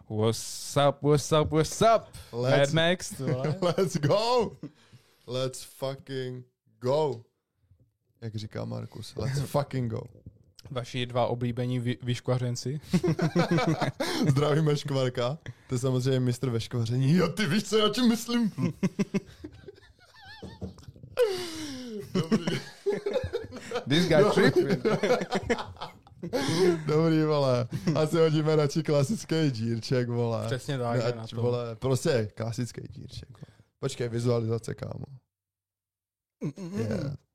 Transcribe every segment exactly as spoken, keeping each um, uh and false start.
What's up, what's up, what's up? Let's, Mad Max, let's go! Let's fucking go! Jak říká Markus, let's fucking go. Vaši dva oblíbení vy, vyškvařenci. Zdravíme Škvarka. To je samozřejmě mistr ve škvaření. Jo, ty víš, co já tím myslím? Dobrý. This guy tripping. Dobrý, vole. Asi hodíme radši klasický dírček, vole. Přesně tak, ne, na to. Vole, prostě klasický dírček. Vole. Počkej, vizualizace, kámo. Yeah.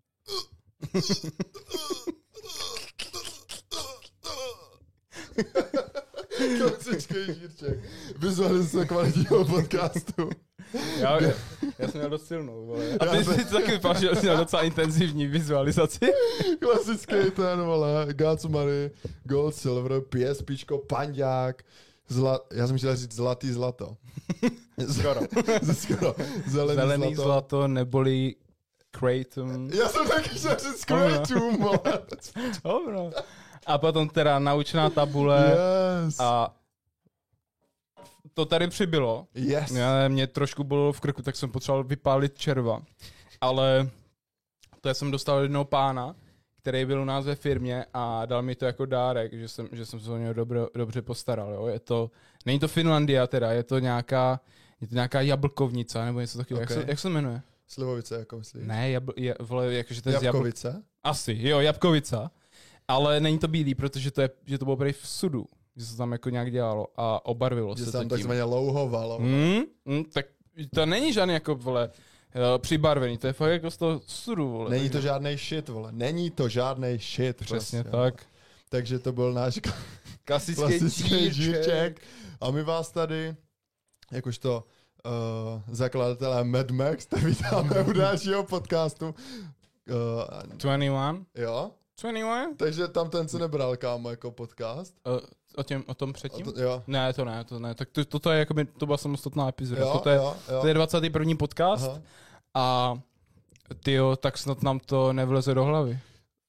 Klasický dírček. Vizualizace kvalitního podcastu. Já, já, já jsem měl dost silnou, vole. A ty jsi taky vypadal, že jsi měl docela intenzivní vizualizaci. Klasický ten, vole, Gatsmary, Gold, Silver, PSPčko, Panďák, zla, já jsem chtěl říct zlatý zlato. Skoro. Skoro. Zelený, Zelený zlato. zlato neboli Kratom. Já jsem taky chtěl říct Kratom, vole. Dobro. A potom teda naučená tabule Yes. a to tady přibylo. Yes. Já, mě trošku bylo v krku, tak jsem potřeboval vypálit červa. Ale to já jsem dostal od jednoho pána, který byl u nás ve firmě a dal mi to jako dárek, že jsem, že jsem se o něho dobře, dobře postaral. Jo. Je to, není to Finlandia teda, je to nějaká, je to nějaká jablkovnica nebo něco takového. Okay. Jak, se, jak se jmenuje? Slivovice, jako myslíš? Ne, jabl, je, vole, jakože to je z Jabkovice? jabl... Asi, jo, jabkovica. Ale není to bílý, protože to, je, že to bylo prý v sudu. Že se tam jako nějak dělalo a obarvilo Že se se to tam tím. takzvaně louhovalo. Hmm, hmm, tak to není žádný jako, vole, uh, přibarvený, to je fakt jako z toho sudu, vole. Není takže... to žádnej shit, vole. Není to žádnej shit. Přesně prostě. tak. Takže to byl náš Klasický, klasický dírček. dírček. A my vás tady, jakožto uh, zakladatelé Mad Max, tak vítáme u dalšího podcastu. Uh, dvacet jedna? jo? dvacet jedna? Takže tam ten se nebral, kámo, jako podcast. Uh, o, těm, o tom předtím? A to, jo. Ne, to ne, to ne. Tak to, toto je jakoby, to byla samostatná epizoda. Jo, Toto je, jo, jo. to je dvacátý první podcast. Aha. A tyjo, tak snad nám to nevleze do hlavy.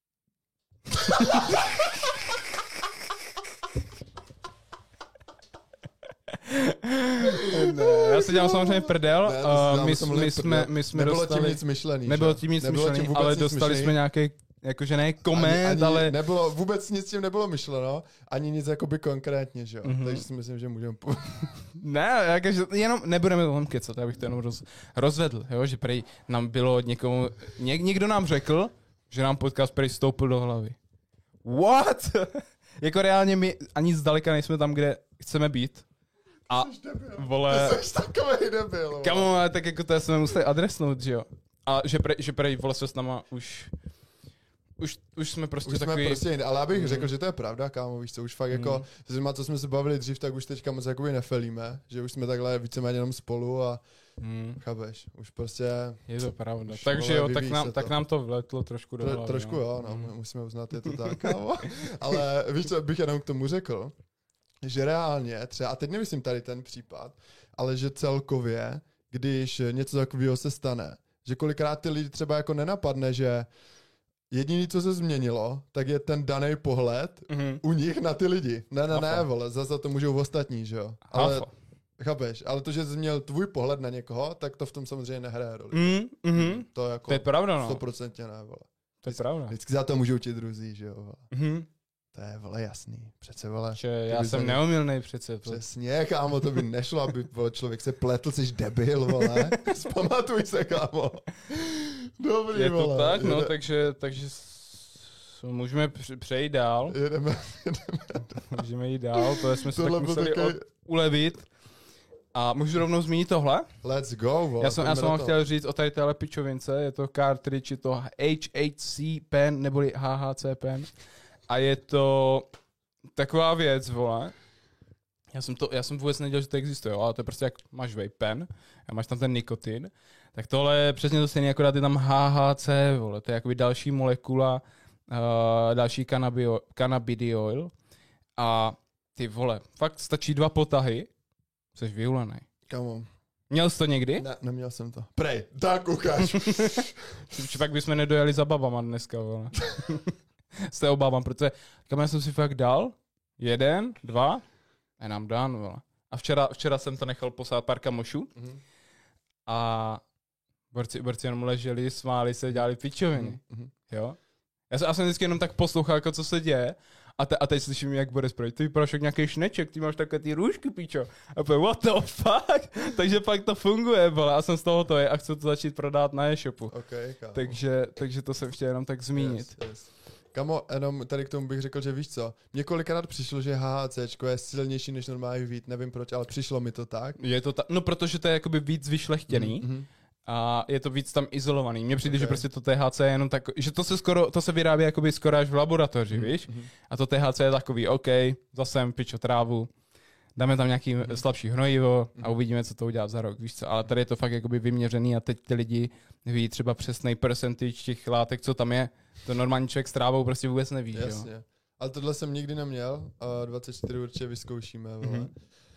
Ne, já se dělám samozřejmě prdel. Ne, uh, my, jsme, my, jsme, my jsme Nebylo dostali... tím nic myšlený. Nebylo že? tím nic Nebylo myšlený, tím ale nic dostali myšlený. jsme nějaký, jakože ne koment, ani, ani ale... Nebylo, vůbec nic tím nebylo myšleno, ani nic jakoby konkrétně, že jo. Mhm. Takže si myslím, že můžeme... Po... Ne, jakože jenom nebudeme o tom kecat, já bych to jenom roz, rozvedl, jo, že prej nám bylo někomu, něk, někdo nám řekl, že nám podcast prej stoupil do hlavy. What? Jako reálně my ani zdaleka nejsme tam, kde chceme být. A vole... Ty jsi takovej debil. vole. Kamo, ale tak jako to jsme museli adresnout, že jo. A že prej, že prej vole se s náma už... Už, už jsme prostě Už takový... jsme prostě jinde, ale já bych Mm. řekl, že to je pravda, kámo, víš co, už fakt jako, s těma, co jsme se bavili dřív, tak už teďka moc jakoby nefelíme, že už jsme takhle víceméně jenom spolu a Hmm, chápeš, už prostě je to pravda. Už, Takže vole, jo, tak vyvíjí nám, se tak to. nám to vletlo trošku do tro, hlavy. trošku no. jo, no, Hmm. musíme uznat, je to tak, kámo. Ale víš co, bych jenom k tomu řekl, že reálně třeba, a teď nemyslím tady ten případ, ale že celkově, když něco takového se stane, že kolikrát ty lidi třeba jako nenapadne, že jediný, co se změnilo, tak je ten daný pohled Mhm. u nich na ty lidi. Ne, ne, ne, Hafa. vole, zase to můžou ostatní, že jo. Ale, Hafa. chápeš, ale to, že jsi měl tvůj pohled na někoho, tak to v tom samozřejmě nehraje roli. Mm, mhm. To jako To je pravda, no. stoprocentně ne, vole. To je pravda. Vždycky za to můžou ti druzí, že jo, vole. Mhm. To je, vole, jasný. Přece, vole. Že já kdyby jsem se ne- neomylnej přece. To... Přesně, kámo, to by nešlo, aby, vole, člověk se pletl, jsi debil, vole. Vzpamatuj se, kámo. Dobrý, Je vole. to tak, no, Jede- takže, takže s- můžeme pře- přejít dál. Jedeme, Můžeme jít dál, to jsme se tak tohle byl museli takový, od- ulevit. A můžu rovnou zmínit tohle? let's go, vole. Já jsem, já pojďme jsem do vám toho. chtěl říct o tady téhle pičovince, je to cartridge, je to H H C pen, neboli H H C pen. A je to taková věc, vole. Já jsem, to, já jsem vůbec nedělal, že to existuje, jo, ale to je prostě jak máš vape pen a máš tam ten nikotin, tak tohle je přesně to stejné, akorát je tam H H C, vole, to je jakoby další molekula, uh, další cannabio, cannabidiol a ty vole, fakt stačí dva potahy, jsi vyhulený. Kámo, Měl jsi to někdy? ne, neměl jsem to. Prej, tak ukáž. Či pak bychom nedojeli za babama dneska, vole. Se obávám, protože kam já jsem si fakt dal, jeden, dva, a nám dán, vole. A včera, včera jsem to nechal posát pár kamošů. Mm-hmm. A borci, borci jenom leželi, smáli se, dělali pičoviny. Mm-hmm. Jo? Já jsem, já jsem vždycky jenom tak poslouchal, jako co se děje. A, te, a teď slyším, jak Boris projít. Ty vypadáš jak nějaký šneček, ty máš takové ty růžky, pičo. A pojď, what the fuck? Takže pak to funguje, vole. A jsem z toho to je a chci to začít prodávat na e-shopu. Okay, takže, takže to jsem chtěl jenom tak zmínit. Yes, yes. Kamo, jenom tady k tomu bych řekl, že víš co, několikrát přišlo, že H H C je silnější než normální weed, nevím proč, ale přišlo mi to tak. Je to tak, no protože to je jakoby víc vyšlechtěný. Mm-hmm. A je to víc tam izolovaný. Mně přijde, okay. že prostě to T H C je jenom tak, že to se skoro, to se vyrábí jakoby skoro až v laboratoři, mm-hmm. víš? A to T H C je takový, OK, zase pičo trávu, dáme tam nějaký mm-hmm. slabší hnojivo a uvidíme, co to udělá za rok, víš co? Ale tady je to fakt jakoby vyměřený a teď ty lidi ví třeba přesnej percentage těch látek, co tam je. To normální člověk s trávou prostě vůbec neví, jasně. Jo? Ale tohle jsem nikdy neměl a dvacet čtyři určitě vyzkoušíme, vole. Mm-hmm.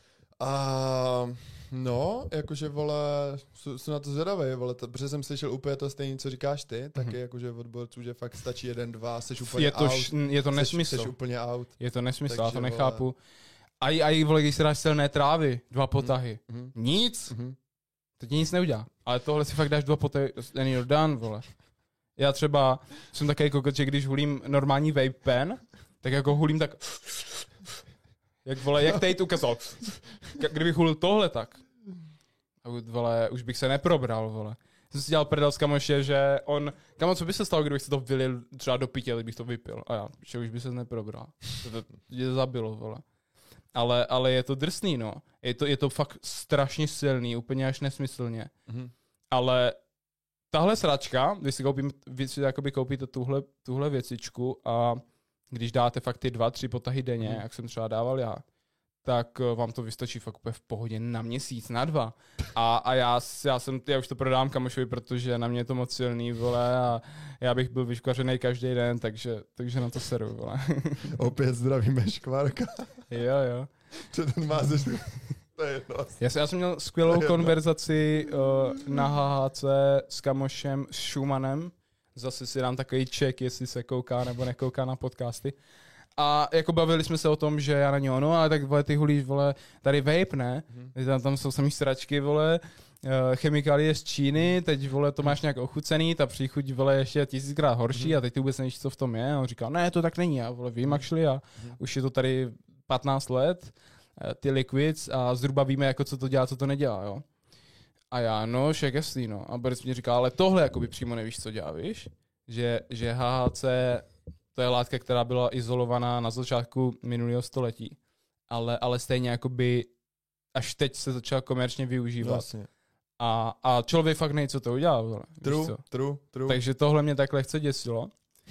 A no, jakože, vole, jsou na to zvědavý, vole, to, protože jsem slyšel úplně to stejné, co říkáš ty, taky mm-hmm. jakože od odborců, že fakt stačí jeden, dva, seš úplně je to, out. Š, je to nesmysl. Seš, seš úplně out. Je to nesmysl, já to nechápu. Vole... A i, a i, vole, když si dáš silné trávy, dva potahy, mm-hmm. nic, mm-hmm. to ti nic neudělá. Ale tohle si fakt dáš dva potahy, and you're done, vole. Já třeba jsem takový kokot, že když hulím normální vape pen, tak jako hulím tak... Jak, vole, jak tady ukázal. Kdybych hulil tohle, tak. Vole, už bych se neprobral, vole. Jsem si dělal prdel s kamoše, že on... Kamo, co by se stalo, kdybych si to vylil třeba do pitě, kdybych to vypil? A já, že už by se neprobral. To tě zabilo, vole. Ale, ale je to drsný, no. Je to, je to fakt strašně silný, úplně až nesmyslně. Mm-hmm. Ale tahle sračka, když si, koupím, vy si jakoby koupíte tuhle, tuhle věcičku a když dáte fakt ty dva, tři potahy denně, mm. jak jsem třeba dával já, tak vám to vystačí fakt úplně v pohodě na měsíc, na dva. A, a já, já, jsem, já už to prodám kamošovi, protože na mě je to moc silný, vole, a já bych byl vyškvařený každý den, takže, takže na to seru, vole. Opět zdravíme Škvárka. Jo, jo. Co ten má ze to je jedno. Já, já jsem měl skvělou konverzaci uh, na H H C s kamošem, s Schumannem. Zase si dám takový check, jestli se kouká nebo nekouká na podcasty. A jako bavili jsme se o tom, že já na něho, no ale tak vole, ty hulíš, vole, tady vape, ne? Mm-hmm. Tam, tam jsou samý sračky, vole, chemikálie z Číny, teď, vole, to máš nějak ochucený, ta příchuť, vole, ještě tisíckrát horší mm-hmm. a teď ty vůbec nevíš, co v tom je. A on říká, ne, to tak není, já, vole, vím, actually, a mm-hmm. už je to tady patnáct let, ty liquids a zhruba víme, jako co to dělá, co to nedělá, jo. A já, no, však jasný, no. A Boris mi říká, ale tohle jakoby přímo nevíš, co dělá, víš? Že, že H H C, to je látka, která byla izolovaná na začátku minulého století, ale, ale stejně jakoby až teď se začala komerčně využívat. Vlastně. A, a člověk fakt neví, co to udělal. Vole, true, co? true, true. Takže tohle mě tak lehce děsilo.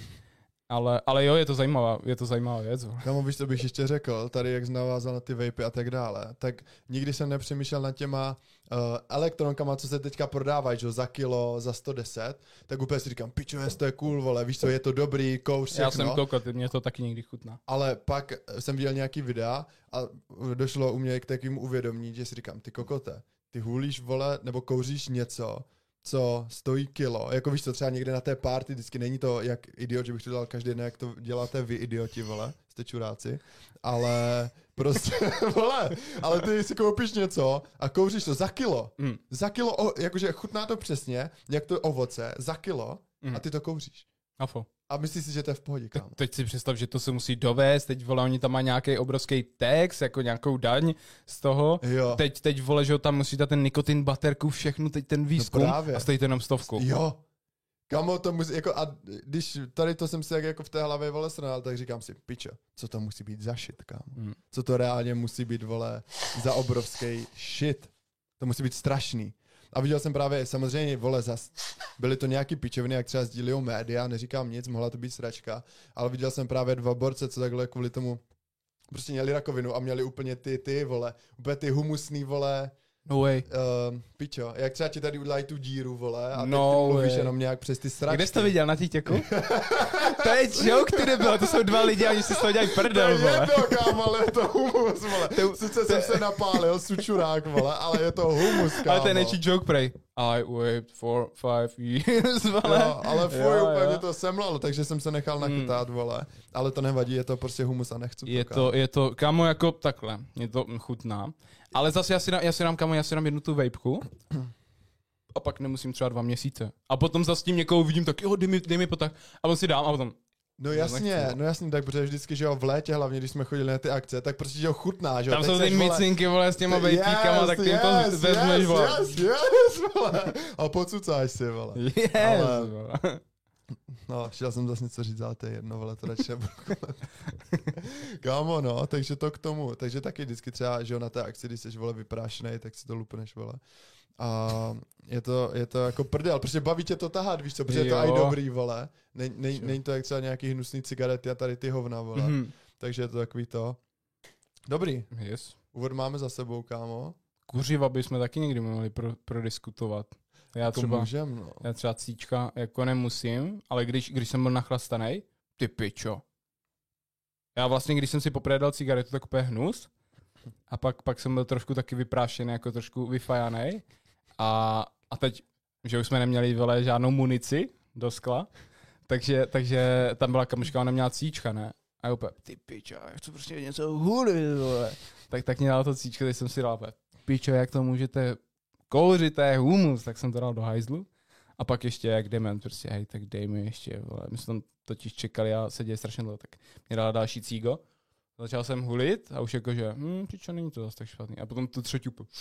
Ale, ale jo, je to zajímavá, je to zajímavá věc. Kámo, víš, co bych ještě řekl, tady jak navázal na ty vapy a tak dále, tak nikdy jsem nepřemýšlel nad těma uh, elektronkama, co se teďka prodávají, že za kilo, za sto deset, tak úplně si říkám, pičo, to je cool, vole, víš co, je to dobrý, kouř, všechno. Já jsem kokot, mě to taky někdy chutná. Ale pak jsem viděl nějaký videa a došlo u mě k takovému uvědomění, že si říkám, ty kokote, ty hulíš, vole, nebo kouříš něco, co stojí kilo. Jako víš co, třeba někde na té party, vždycky není to jak idiot, že bych to dělal každý den, jak to děláte vy, idioti, vole, jste čuráci. Ale prostě, vole, ale ty si koupíš něco a kouříš to za kilo. Mm. Za kilo, o, jakože chutná to přesně, jak to ovoce, za kilo mm. a ty to kouříš. Afo. A myslíš si, že to je v pohodě, kámo. Teď si představ, že to se musí dovést, teď vole, oni tam mají nějaký obrovský tax, jako nějakou daň z toho. Jo. Teď, teď vole, že tam musí dát ten nikotin, baterku, všechno, teď ten výzkum no a stojí to jenom stovku. Jo. Kamo, to musí, jako a když tady to jsem si jak, jako v té hlavě, vole, sranal, tak říkám si, pičo, co to musí být za shit, kámo. Hmm. Co to reálně musí být, vole, za obrovský shit. To musí být strašný. A viděl jsem právě, samozřejmě, vole, zas, byly to nějaký pičoviny, jak třeba sdílujou média, neříkám nic, mohla to být sračka, ale viděl jsem právě dva borce, co takhle kvůli tomu prostě měli rakovinu a měli úplně ty, ty, vole, úplně ty humusný, vole, no way. Uh, pičo, jak třeba ti tady udělají tu díru, vole, a no teď ty mluvíš jenom nějak přes ty sračky. Kde jsi to viděl, na TikToku? To je joke, ty nebylo, to jsou dva lidi a oni si z toho dělají prdel, vole. To je jedno, kámo, ale je to humus, vole. To, Sice to, jsem to... se napálil, sučurák, vole, ale je to humus, kámo. Ale to je nečí joke, prej. I wait for five years, vole. Jo, ale fuj, Jo, úplně jo. mě to semlalo, takže jsem se nechal nachytát, Hmm. vole. Ale to nevadí, je to prostě humus a nechci Je kámo. to, je to, kámo, jako takhle, je to chutná. Ale zase já si, dám, já si dám, kámo, já si dám jednu tu vejpku a pak nemusím třeba dva měsíce. A potom zase tím někoho vidím, tak jo, dej mi, dej mi potah. A on si dám a potom, No jasně, nechci, no jasně, tak protože vždycky, že jo, v létě hlavně, když jsme chodili na ty akce, tak prostě, že jo, chutná, že jo. tam teď jsou ty seš, vole, micinky, vole, s těma vejpíkama, tak ty jim to yes, vezmeš, yes, vole. yes, yes, vole. A pocucáš si, vole. Yes, Ale- vole. No, chtěl jsem zase něco říct, ale to je jedno, vole, to radši nebudu komentovat. Kámo, no, takže to k tomu. Takže taky vždycky třeba, že jo, na té akci, když jsi, vole, vyprášenej, tak si to lupneš, vole. A je to, je to jako prdel, protože baví tě to tahat, víš co, protože je to Jo. aj dobrý, vole. Nej, nej, Jo. není to jak třeba nějaký hnusný cigarety a tady ty hovna, vole. Mhm. Takže je to takový to. Dobrý, Yes. úvod máme za sebou, kámo. Kuřiva bychom taky někdy mohli pro, prodiskutovat. Já Jako třeba, můžem, no. já třeba cíčka jako nemusím, ale když, když jsem byl nachlastanej, ty pičo. Já vlastně, když jsem si poprvé dal cigaretu, tak úplně hnus. A pak, pak jsem byl trošku taky vyprášený, jako trošku vyfajanej. A, a teď, že už jsme neměli, vole, žádnou munici do skla, takže, takže tam byla kamoška, ona neměla cíčka, ne? A já úplně, ty pičo, já chci prostě něco hulit, vole. Tak, tak mě dala to cíčko, teď jsem si dal, úplně, pičo, jak to můžete kouřit, to je humus, tak jsem to dal do hajzlu. A pak ještě jak dement, prostě, hej, tak dej mi ještě, vole. My jsme tam totiž čekali a seděli strašně dlouho, tak mě dala další cígo. Začal jsem hulit a už jakože, hm, pičo, není to zase tak špatný. A potom tu třetí úplně,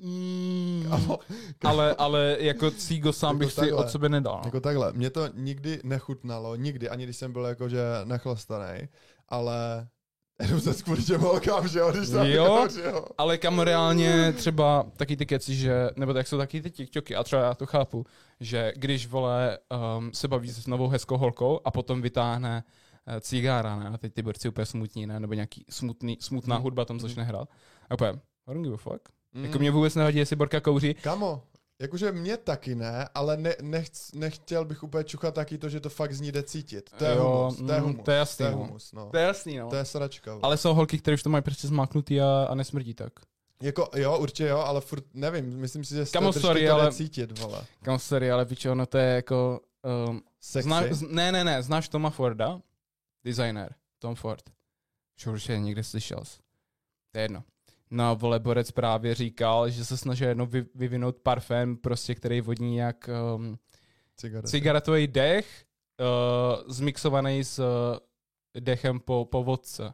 mm, Kámo, ale, ale jako cígo sám Jako bych si takhle. od sebe nedal. jako takhle, mě to nikdy nechutnalo, nikdy, ani když jsem byl jakože nachlastanej, ale jenom se kvůli těm holkám, že jo, když jsem Jo. že jo. Ale kam reálně třeba taky ty keci, že, nebo tak jsou taky ty tiktoky, a třeba já to chápu, že když, vole, um, se baví s novou hezkou holkou a potom vytáhne uh, cigára, ne, a teď ty borci úplně smutní, ne, nebo nějaký smutný, smutná Mhm. hudba tam začne hrát. A úplně, I don't give a fuck. Mm. Jako mě vůbec nevadí, jestli Borka kouří. Kamo, jakože mě taky ne, ale ne, nechc, nechtěl bych úplně čuchat taky to, že to fakt z ní jde cítit. To je Jo, humus, to je mm, humus. to je jasný, to je no. humus, no. To je jasný, no. To je sračka. vole. Ale jsou holky, které už to mají prostě zmáknutý a, a nesmrdí tak. Jako, jo, určitě jo, ale furt nevím, myslím si, že z té Kamo, držky sorry, to jde ale- cítit, vole. Kam sorry, ale pičo, no to je jako... Um, Sexy. Zná, z, ne, ne, ne, znáš Toma Forda? Designer, Tom Ford. Už určitě někde slyšel jsi. To je jedno. No, vole, Borec právě říkal, že se snaží jednou vy, vyvinout parfém, prostě, který vodní jak um, Cigarety. cigaretový dech, uh, zmixovaný s uh, dechem po, po vodce.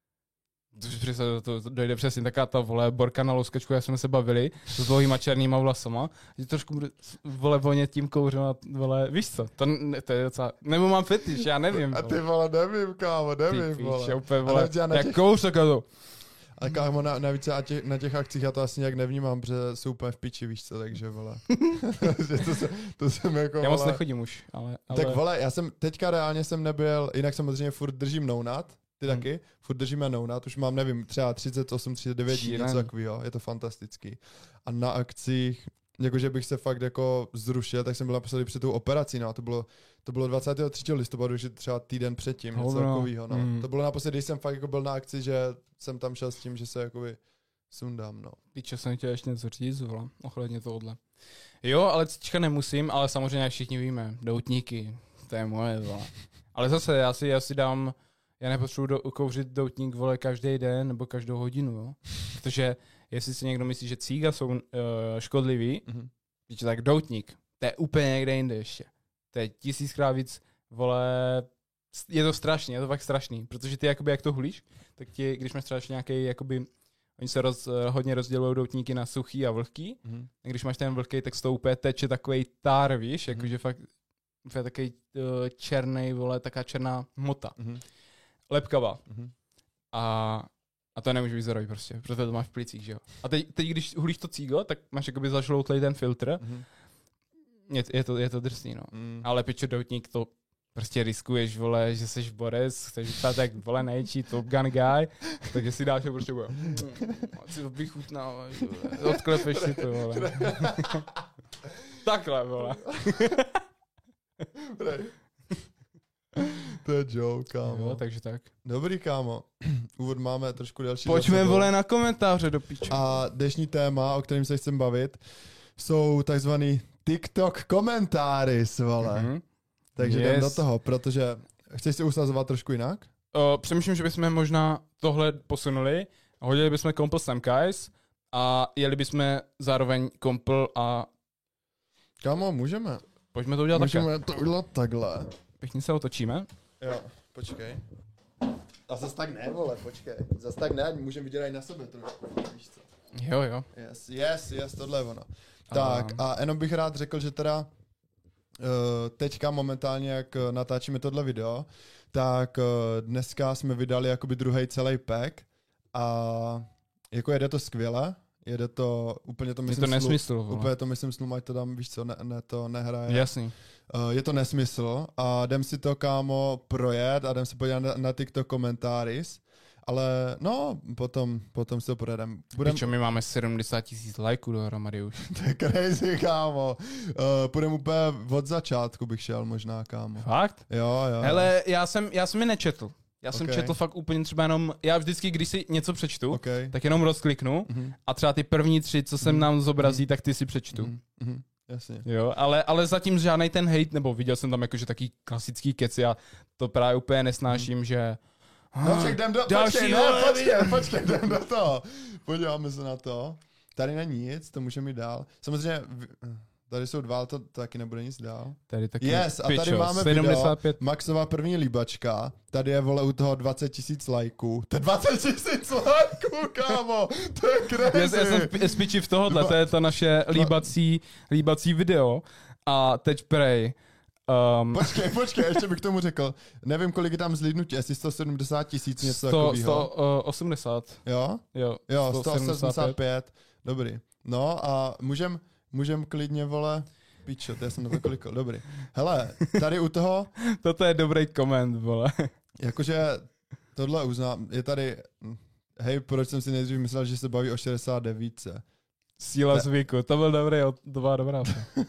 To, to, to dojde přesně taká ta, vole, Borka na louskačku, jak jsme se bavili, s dlouhýma černýma vlasama, že trošku bude, vole, vonět tím kouřem a, vole, víš co, to, ne, to je docela, nebo mám fetiš, já nevím. A ty vole, nevím, kámo, nevím, ty vole. píš, úplně, A vole, navíc já na jak těch- kouř, tak to. A kámo, na, navíc já těch, na těch akcích já to asi nějak nevnímám, protože jsou úplně v piči, víš co, takže vole. Že to, se, to jsem jako, Já moc vole. nechodím už, ale, ale Tak vole, já jsem, teďka reálně jsem nebyl, jinak samozřejmě furt držím nounat, ty Hmm. taky, furt držíme nounat, už mám, nevím, třeba třicet osm, třicet devět dní, Šílený. něco takového, je to fantastický. A na akcích, jakože bych se fakt jako zrušil, tak jsem byl naposledy před tou operací, no, a to bylo, to bylo dvacátého třetího listopadu, že třeba týden předtím, něco Hovno. takového, no. Mm. To bylo naposledy, když jsem fakt jako byl na akci, že jsem tam šel s tím, že se jakoby sundám, no. Píče, jsem chtěl ještě něco říct, vole, ohledně tohohle. Jo, ale cíčka nemusím, ale samozřejmě jak všichni víme, doutníky, to je moje, vole. Ale zase, já si, já si dám, já nepotřebuji do, kouřit doutník, vole, každý den nebo každou hodinu, jo. Protože jestli si někdo myslí, že cíga jsou uh, škodlivý, Mhm. píče, tak doutník, to je úplně někde jinde ještě. To je tisíckrát víc, vole, je to strašný, je to fakt strašný, protože ty jakoby, jak to hulíš, tak ti, když máš třeba nějaký, jakoby, oni se roz, hodně rozdělují doutníky na suchý a vlhký, Mhm. a když máš ten vlhký, tak z toho úplně teče takovej tár, víš, Mhm. jakože fakt úplně takový uh, černý, vole, taká černá hmota, Mhm. lepkavá. Mhm. A, a to nemůže být zdravý prostě, protože to máš v plicích, že jo. A teď, teď když hulíš to cígo, tak máš jakoby zažloutlej ten filtr, Mhm. je, je, to, je to drsný, no. Mm. Ale pičo doutník, to prostě riskuješ, vole, že jsi borec, chceš vypadat jak, vole, nejčí Top Gun guy, takže si dáš a prostě bude, mm, ať si to vychutnáváš, vole, odklepeš si to, vole. Takhle, vole. Prej. To je joke, kámo. Jo, takže tak. Dobrý, kámo. Úvod máme trošku další. za Pojďme, sebou. vole, na komentáře do piče. A dnešní téma, o kterém se chcem bavit, jsou takzvaný TikTok komentáři, vole. Mm-hmm. Takže yes. jdem do toho, protože chceš si usazovat trošku jinak? O, přemýšlím, že bychom možná tohle posunuli, hodili bychom kompl Samkais a jeli bychom zároveň kompl a... Kámo, můžeme. Pojďme to udělat můžeme takhle. to udělat takhle. Pěkně se otočíme. Jo, počkej. A zas tak ne, vole, počkej. Zas tak ne, můžeme vidět i na sebe trošku, víš co. Jo, jo. Yes, yes, yes, tohle je ono. Tak a jenom bych rád řekl, že teda uh, teďka momentálně, jak natáčíme tohle video, tak uh, dneska jsme vydali jakoby druhý celý pack a jako jede to skvěle, jede to úplně to myslím je to nesmysl, slu, úplně to myslím slu, ať to tam, víš co, ne, ne to nehraje. Jasný. Uh, je to nesmysl a jdem si to, kámo, projet a jdem se podívat na, na TikTok komentář. Ale no, potom, potom si to projedeme. Budem... Pičo, my máme sedmdesát tisíc lajků dohromady už. To je crazy, kámo. Uh, půjdeme úplně od začátku bych šel možná, kámo. Fakt? Jo, jo. Hele, já jsem, já jsem je nečetl. Já jsem okay. četl fakt úplně třeba jenom, já vždycky, když si něco přečtu, okay. tak jenom rozkliknu mm-hmm. a třeba ty první tři, co se mm-hmm. nám zobrazí, tak ty si přečtu. Mm-hmm. Jasně. Jo, ale, ale zatím žádnej ten hate, nebo viděl jsem tam jakože taky klasický keci a to právě úplně nesnáším, mm. že... No, ček, jdem do... Počkej, ne, počkej, počkej, jdem do toho. Podíváme se na to. Tady není nic, to můžeme jít dál. Samozřejmě, tady jsou dva, ale to, to taky nebude nic dál. Tady taky yes, a tady máme sedmdesát pět. Video, Maxová první líbačka. Tady je, vole, u toho dvacet tisíc lajků. To je dvacet tisíc lajků, kámo! To je crazy! Yes, já jsem spíči v tohohle, to je to naše líbací, líbací video. A teď prej... Um, počkej, počkej, ještě bych k tomu řekl. Nevím, kolik je tam zlídnutí, jestli sto sedmdesát tisíc, něco takového. sto osmdesát. Jo? Jo, jo sto sedmdesát pět. Dobrý. No a můžem, můžem klidně, vole, pičo, to já jsem to kolikol, dobrý. Hele, tady u toho... Toto je dobrý koment, vole. Jakože tohle uznám, je tady... Hej, proč jsem si nejdřív myslel, že se baví o šedesát devět. Síla ne. zvyku, to byl dobrý, to byla dobrá.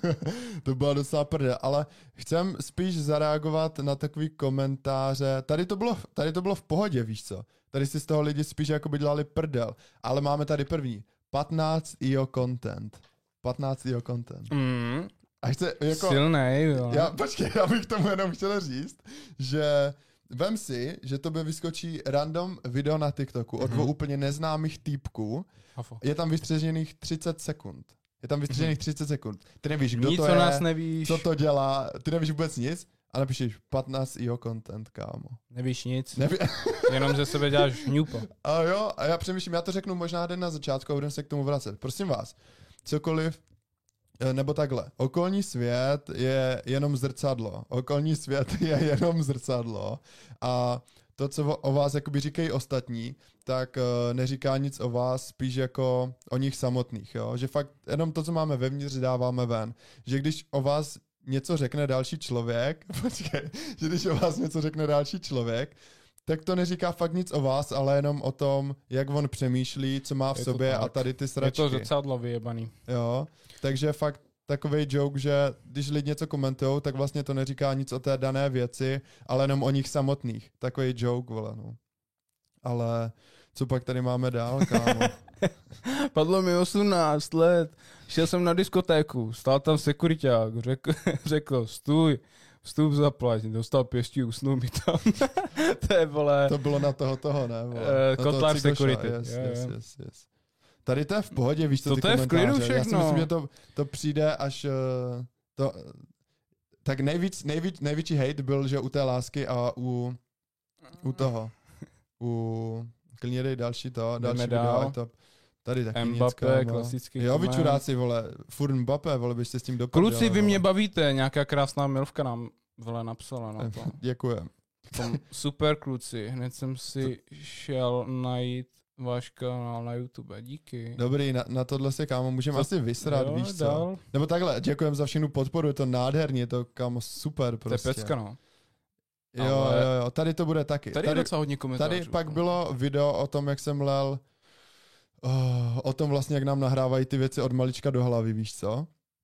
To byla docela prdel, ale chcem spíš zareagovat na takový komentáře. Tady to bylo, tady to bylo v pohodě, víš co? Tady si z toho lidi spíš jako by dělali prdel, ale máme tady první. patnáct I O content. patnáct I O content. Mm. A chce, jako, silnej, jo. Já, počkej, já bych tomu jenom chtěl říct, že vem si, že to by vyskočí random video na TikToku od dvou mm-hmm. úplně neznámých týpků. Je tam vystřežených třicet sekund. Je tam vystřežených třicet sekund. Ty nevíš, kdo nic to je, nás nevíš. Co to dělá, ty nevíš vůbec nic a napíšeš patnáct I O content, kámo. Nevíš nic, Neví... jenom ze sebe děláš hňupa. A jo, a já přemýšlím, já to řeknu možná den na začátku a budeme se k tomu vracet. Prosím vás, cokoliv, nebo takhle, okolní svět je jenom zrcadlo. Okolní svět je jenom zrcadlo a to, co o vás jakoby říkají ostatní, tak uh, neříká nic o vás, spíš jako o nich samotných, jo? Že fakt jenom to, co máme vevnitř, dáváme ven. Že když o vás něco řekne další člověk, počkej, že když o vás něco řekne další člověk, tak to neříká fakt nic o vás, ale jenom o tom, jak on přemýšlí, co má v je sobě a tady ty sračky. Je to zrcadlo vyjebaný. Jo, takže fakt takovej joke, že když lidi něco komentujou, tak vlastně to neříká nic o té dané věci, ale jenom o nich samotných. Takový joke, vole, no. Ale co pak tady máme dál, kámo? Padlo mi osmnáct let, šel jsem na diskotéku, stál tam sekuriťák, řekl, řekl stůj, vstup zaplať, dostal pěstí, usnul mi tam. To je, vole... To bylo na toho toho, ne? Uh, Kotlar Security. Yes, yes, yes, yes. Tady to je v pohodě, víš co, to ty to je komentáře. V klidu všechno. Já si myslím, že to, to přijde až... Uh, to, tak nejvíc, nejvíc, největší hate byl, že u té lásky a u, u toho. U... Klidně dej další to, další video. To, tady taky Mbappé, klasický jo, vy čuráci, vole, furt Mbappé, vole, byste s tím dopadli. Kluci, vy mě bavíte, nějaká krásná milvka nám, vole, napsala na to. Děkujem. Super kluci, hned jsem si šel najít váš kanál na YouTube, díky. Dobrý, na, na tohle se, kámo, můžeme to, asi vysrat, jo, víš co? Dál. Nebo takhle, děkujem za všechnu podporu, je to nádherný, je to, kámo, super prostě. To je pecka, no. Jo, ale... jo, jo, tady to bude taky. Tady, tady je docela hodně komentářů. Tady pak bylo video o tom, jak jsem lel, oh, o tom vlastně, jak nám nahrávají ty věci od malička do hlavy, víš co?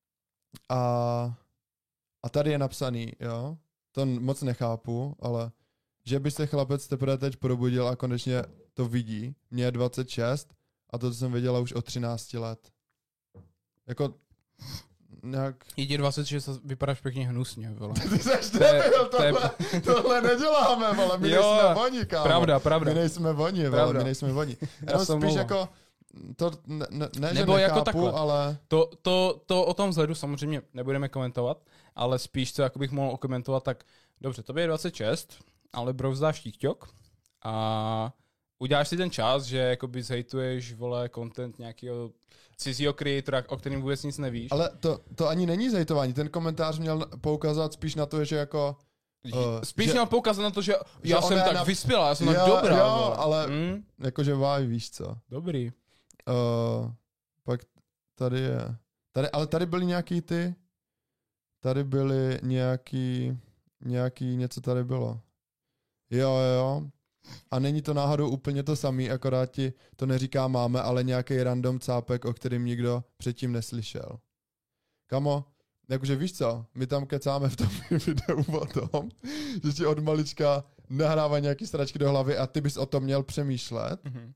A, a tady je napsaný, jo, to moc nechápu, ale že by se chlapec teprve teď probudil a konečně to vidí. Mně je dvacet šest a to, co jsem věděla už od třinácti let. Jako, nějak... Jdi dvacet šest, vypadáš pěkně hnusně, vole. Ty seš debil, tohle, tohle neděláme, vole, my jo, nejsme oni, kámo. Pravda, pravda. My nejsme oni, vole, my nejsme oni. Jenom spíš mluva. Jako, to ne, ne, ne Nebo že jako nechápu, takhle. ale... To, to, to o tom vzhledu samozřejmě nebudeme komentovat, ale spíš, co jako bych mohl okomentovat, tak dobře, tobě je dvacet šest, ale brovzdáš TikTok a uděláš si ten čas, že jakoby zhejtuješ, vole, content nějakého cizího creatora, o kterém vůbec nic nevíš. Ale to, to ani není zhejtování, ten komentář měl poukázat spíš na to, že jako... Uh, spíš že, měl poukázat na to, že, že já jsem tak na... vyspělá, já jsem jo, tak dobrá. Jo, vole. ale hmm? jakože vaj, víš co. Dobrý. Uh, pak tady je... Tady, ale tady byly nějaký ty... Tady byly nějaký... Nějaký něco tady bylo. Jo, jo. A není to náhodou úplně to samý, akorát ti to neříká máme, ale nějaký random cápek, o kterým nikdo předtím neslyšel. Kamo, jakože víš co, my tam kecáme v tom videu o tom, že ti od malička nahrává nějaký sračky do hlavy a ty bys o tom měl přemýšlet. Mm-hmm.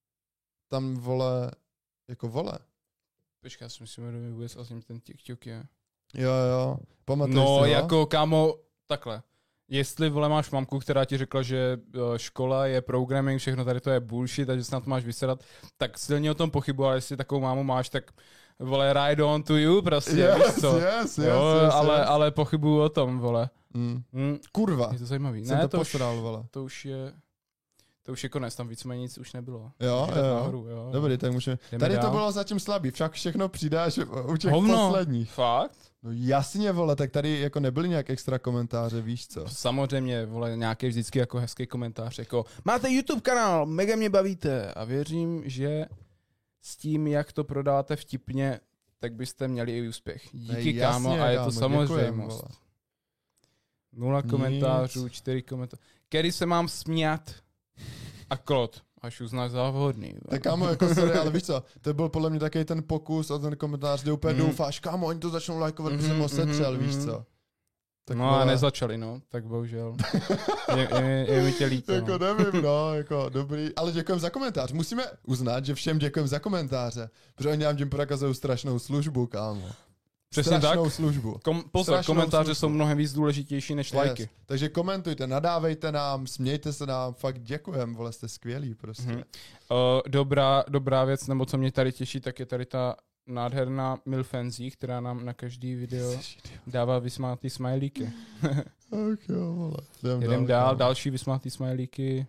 Tam vole, jako vole. Počkej, já si myslím, že vůbec asi ten TikTok je. Jo, jo, pamatuješ No, si, jako jo? Kámo, takhle. Jestli, vole, máš mamku, která ti řekla, že škola je programming, všechno tady to je bullshit a že se na to máš vysedat, tak silně o tom pochybuji, ale jestli takovou mámu máš, tak vole, ride on to you, prostě, yes, víš co? Yes, yes, jo, yes, ale, yes. ale pochybuju o tom, vole. Mm. Mm. Kurva. Je to zajímavý. Jsem ne, to, to posral, už, vole. To už je... To už je konec, tam víceméně nic už nebylo. Jo, jo, nahoru, jo. Dobrý, tak můžeme... Jdeme Tady dál. To bylo zatím slabý, však všechno přidáš u těch Hovno. posledních. Fakt? No jasně, vole, tak tady jako nebyly nějak extra komentáře, víš co? Samozřejmě, vole, nějaký vždycky jako hezký komentář, jako máte YouTube kanál, mega mě bavíte a věřím, že s tím, jak to prodáte vtipně, tak byste měli i úspěch. Díky, ne, kámo, jasně, a je kámo, to samozřejmost. Děkujem, Nula komentářů, čtyři komentářů. Kedy se mám smět? A Klot, až uznáš za vhodný. Tak kámo, jako sorry, ale víš co, to byl podle mě taky ten pokus o ten komentář, kde úplně mm. doufáš, kámo, oni to začnou lajkovat, mm, by jsem ho setřel, mm, víš co. Tak no vole. A nezačali, no, tak bohužel. je, je, je mi tě líto. Jako no. nevím, no, jako dobrý, ale děkujem za komentář. Musíme uznat, že všem děkujem za komentáře, protože oni nám tím prokazují strašnou službu, kámo. Přesně strašnou tak. službu. Kom, pozor, strašnou komentáře službu. jsou mnohem víc důležitější než yes. lajky. Takže komentujte, nadávejte nám, smějte se nám, fakt děkujem, vole, jste skvělí prostě. Mm-hmm. Uh, dobrá, dobrá věc, nebo co mě tady těší, tak je tady ta nádherná Milfenzi, která nám na každý video dává vysmátý smajlíky. Tak jo, vole. Jdem Jdem dál, dál další vysmátý smajlíky.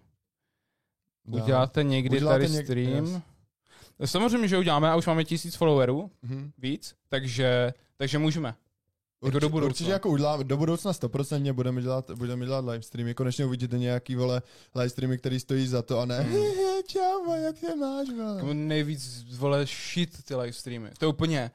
Dál. Uděláte někdy Uděláte tady něk- stream? Yes. Samozřejmě, že uděláme a už máme tisíc followerů, mm-hmm. víc, takže, takže můžeme. Urči, jako do určitě jako uděláme, do budoucna sto procent budeme dělat, budeme dělat live streamy, konečně uvidíte nějaký, vole, live streamy, který stojí za to a ne, mm. čau, vole, jak se máš, vole. Jako nejvíc, vole, shit ty live streamy. To je úplně,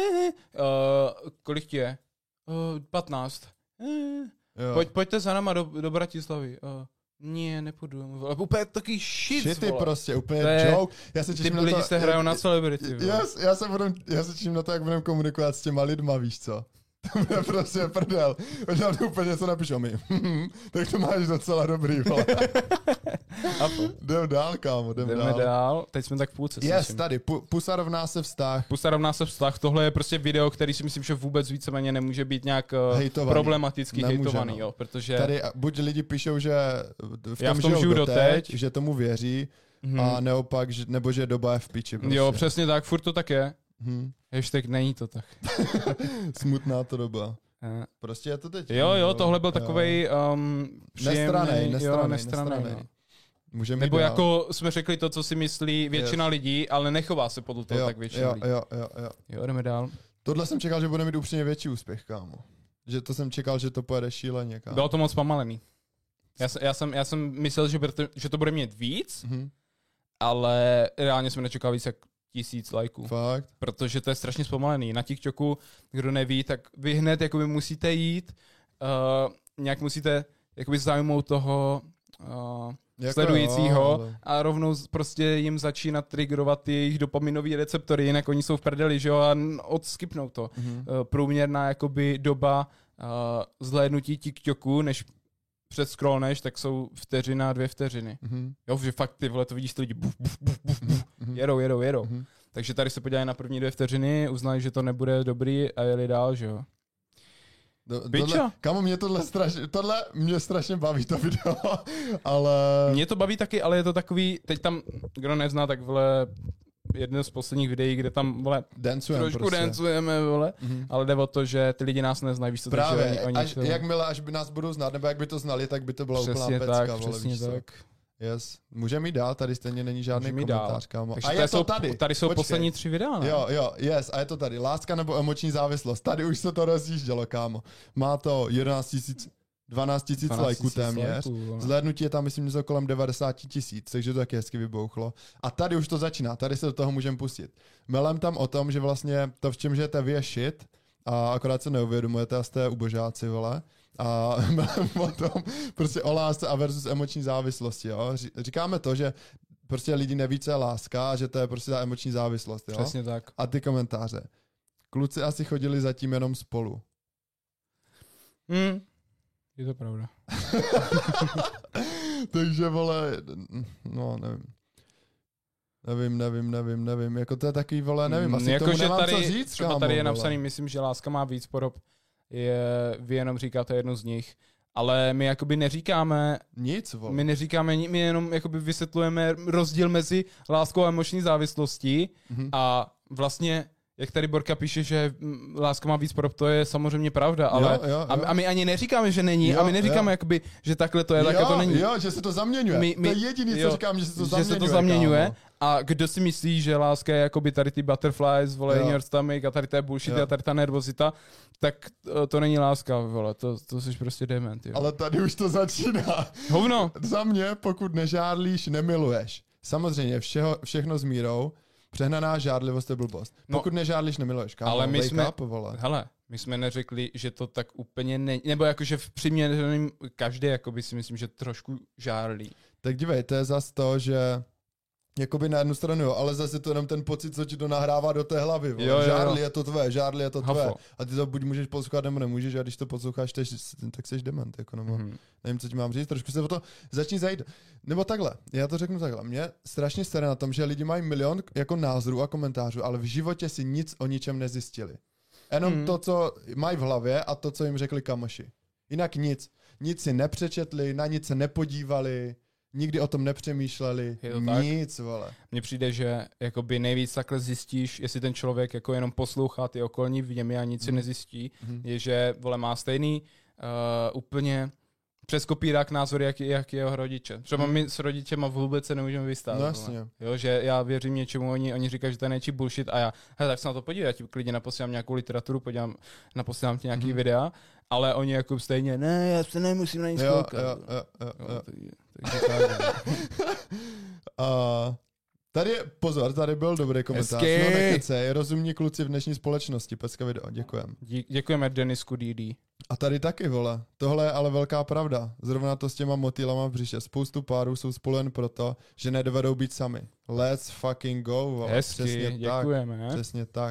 uh, kolik ti je? Uh, patnáct. Uh, pojď, pojďte za náma do, do Bratislavy. Uh, Ne, nepůjdu. Ale úplně takový shit, Shity vole. prostě, úplně je, joke. Já se ty lidi se hrajou na celebrity. Yes, já se budem, já se těším na to, jak budeme komunikovat s těma lidma, víš co? To bude prostě prdel. Udělal to úplně něco napíšou mi. Tak to máš docela dobrý, vole. Jdem dál, kámo, jdem Jdeme dál. dál. Teď jsme tak v půlce. Yes, slyším. Tady, pu, pusa rovná se vztah. Pusa rovná se vztah. Tohle je prostě video, který si myslím, že vůbec víceméně nemůže být nějak hejtovaný. Problematicky Nemůže, hejtovaný, no. jo, protože... Tady buď lidi píšou, že v tom, Já v tom žijou žiju doteď, doteď, že tomu věří, hmm. a neopak, že, nebo že doba je v piči. Prostě. Jo, přesně tak, furt to tak je. Hmm. Hashtag není to tak. Smutná to doba. Prostě je to teď. Jo, jo, tohle byl takovej um, příjemný, nestranej, nestranej, jo, nestranej, nestranej. no. Můžeme Nebo jako jsme řekli to, co si myslí většina yes. lidí, ale nechová se podle toho jo, tak většina jo, lidí. Jo, jo, jo. Jo, jdeme dál. Tohle jsem čekal, že bude mít upřímně větší úspěch, kámo. Že to jsem čekal, že to pojede šíleně, kámo. Bylo to moc pomalený. Já, já, jsem, já jsem myslel, že, bude, že to bude mít víc, mm-hmm. ale reálně jsem nečekal víc jak tisíc lajků. Fakt? Protože to je strašně zpomalený. Na TikToku, kdo neví, tak vy hned jakoby musíte jít, uh, nějak musíte jakoby zajmout toho uh, jako sledujícího jo, ale... a rovnou prostě jim začínat triggerovat ty jejich dopaminové receptory, jinak oni jsou v prdeli, že jo, a odskipnou to. Mm-hmm. Uh, průměrná jakoby doba uh, zhlédnutí TikToku, než předscrollneš, tak jsou vteřina, dvě vteřiny. Mm-hmm. Jo, že fakt ty vole, to vidíš ty lidi buf, buf, buf, buf, buf, mm-hmm. jedou, jedou, jedou. Mm-hmm. Takže tady se podívali na první dvě vteřiny, uznali, že to nebude dobrý a jeli dál, že jo. Do, tohle, kamo, mě tohle strašně, tohle mě strašně baví to video, ale... Mě to baví taky, ale je to takový, teď tam, kdo nezná, tak vole, jedno z posledních videí, kde tam, vole, dancujeme trošku prostě. dancujeme, vole, mm-hmm. ale jde o to, že ty lidi nás neznají, víš co, právě, takže oni, až, oni jakmile, až by nás budou znát, nebo jak by to znali, tak by to byla přesně úplná pecka, tak, vole, přesně víš co? tak. Yes. Můžeme jít dál, tady stejně není žádný Můžeme komentář, kámo. Takže a je to jsou, tady. Tady jsou Počkej. poslední tři videa, ne? Jo, jo, yes, a je to tady. Láska nebo emoční závislost. Tady už se to rozjíždělo, kámo. Má to jedenáct tisíc, dvanáct tisíc lajků téměř. Zhlédnutí je tam, myslím, něco kolem devadesát tisíc, takže to taky hezky vybouchlo. A tady už to začíná, tady se do toho můžeme pustit. Melem tam o tom, že vlastně to, v čem žijete vy, je shit, a akorát se neuvědomujete a jste ubožáci, vole. A melem o tom, prostě o lásce a versus emoční závislosti, jo. Říkáme to, že prostě lidi neví, co je láska a že to je prostě ta emoční závislost, jo. Přesně tak. A ty komentáře. Kluci asi chodili zatím jenom spolu. Hmm. Je to pravda. Takže, vole, no, nevím. Nevím, nevím, nevím, nevím. Jako to je takový, vole, nevím. Asi jako, tomu že nemám tady, co říct, třeba kámo, tady je vole. napsaný, myslím, že láska má víc podob. Je, vy jenom říkáte jednu z nich. Ale my jakoby neříkáme... Nic, vole. My neříkáme, my jenom jakoby vysvětlujeme rozdíl mezi láskou a emoční závislostí mm-hmm. a vlastně... Jak tady Borka píše, že láska má víc podob, to je samozřejmě pravda, ale jo, jo, jo. A, a my ani neříkáme, že není, jo, a my neříkáme, jo. jakoby, že takhle to je, takhle to není. Jo, že se to zaměňuje. My, my, to je jediný, jo, co říkám, že se to že zaměňuje. se to zaměňuje a kdo si myslí, že láska je jakoby tady ty butterflies, vole, in your stomach a tady to je bullshit jo. a tady ta nervozita, tak to, to není láska, vole, to, to jsi prostě dement, jo. Ale tady už to začíná. Hovno. Za mě, pokud nežádlíš, nemiluješ. Samozřejmě, všeho, všechno s mírou. Přehnaná žádlivost je blbost. Pokud no, nežádlíš, nemiluješ. Kámo, ale my jsme, up, vole. hele, my jsme neřekli, že to tak úplně není, nebo jakože v přiměřeném každý, jakoby si myslím, že trošku žárlí. Tak dívej, to je zas to, že jakoby na jednu stranu, jo, ale zase to jenom ten pocit, co ti to nahrává do té hlavy. Jo, jo, žárli je to tvé, žárli je to tvé. Hafo. A ty to buď můžeš poslouchat, nebo nemůžeš, a když to posloucháš, tež, tak jsi dement. Jako, nebo, mm-hmm. Nevím, co ti mám říct, trošku se o to začni zajít. Nebo takhle, já to řeknu takhle. Mě strašně staré na tom, že lidi mají milion jako názorů a komentářů, ale v životě si nic o ničem nezjistili. Jenom mm-hmm. to, co mají v hlavě a to, co jim řekli kamoši. Jinak nic. Nic si nepřečetli, na nic se nepodívali, nikdy o tom nepřemýšleli, nic, vole. Mně přijde, že jakoby nejvíc takhle zjistíš, jestli ten člověk jako jenom poslouchá ty okolní vněmy a nic si mm. nezjistí, mm. je, že, vole, má stejný uh, úplně přes kopírák názor, jak, jak jeho rodiče. Třeba mm. my s rodičema vůbec se nemůžeme vystát. No, jasně. Jo, že já věřím něčemu, oni, oni říkají, že to je něčí bullshit a já, hele, tak se na to podívej, já ti klidně naposílám nějakou literaturu, podívám, naposílám ti nějaký mm. videa, ale oni jako stejně, ne, já se nemusím na nic koukat. Jo, jo, jo, jo, jo. Jo, takže, takže tak, uh, tady, pozor, tady byl dobrý komentář. Hezky. No nekecej, rozumní kluci v dnešní společnosti. Pecka video, děkujem. Dí, děkujeme Denisku D D. A tady taky, vole. Tohle je ale velká pravda. Zrovna to s těma motýlama v břiše. Spoustu párů jsou spolu jen proto, že nedovedou být sami. Let's fucking go, vole. Hezky, přesně děkujeme. Tak, přesně tak.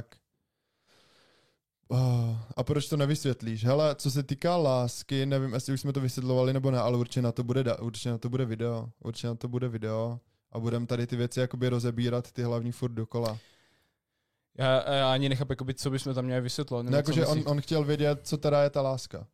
Oh, a proč to nevysvětlíš? Hele, co se týká lásky, nevím, jestli už jsme to vysvětlovali nebo ne, ale určitě na to bude, určitě na to bude video. Určitě na to bude video. A budeme tady ty věci jakoby rozebírat, ty hlavní furt dokola. Já, já ani nechápu, jakoby, co bychom tam měli vysvětlovat. No jakože on, on chtěl vědět, co teda je ta láska.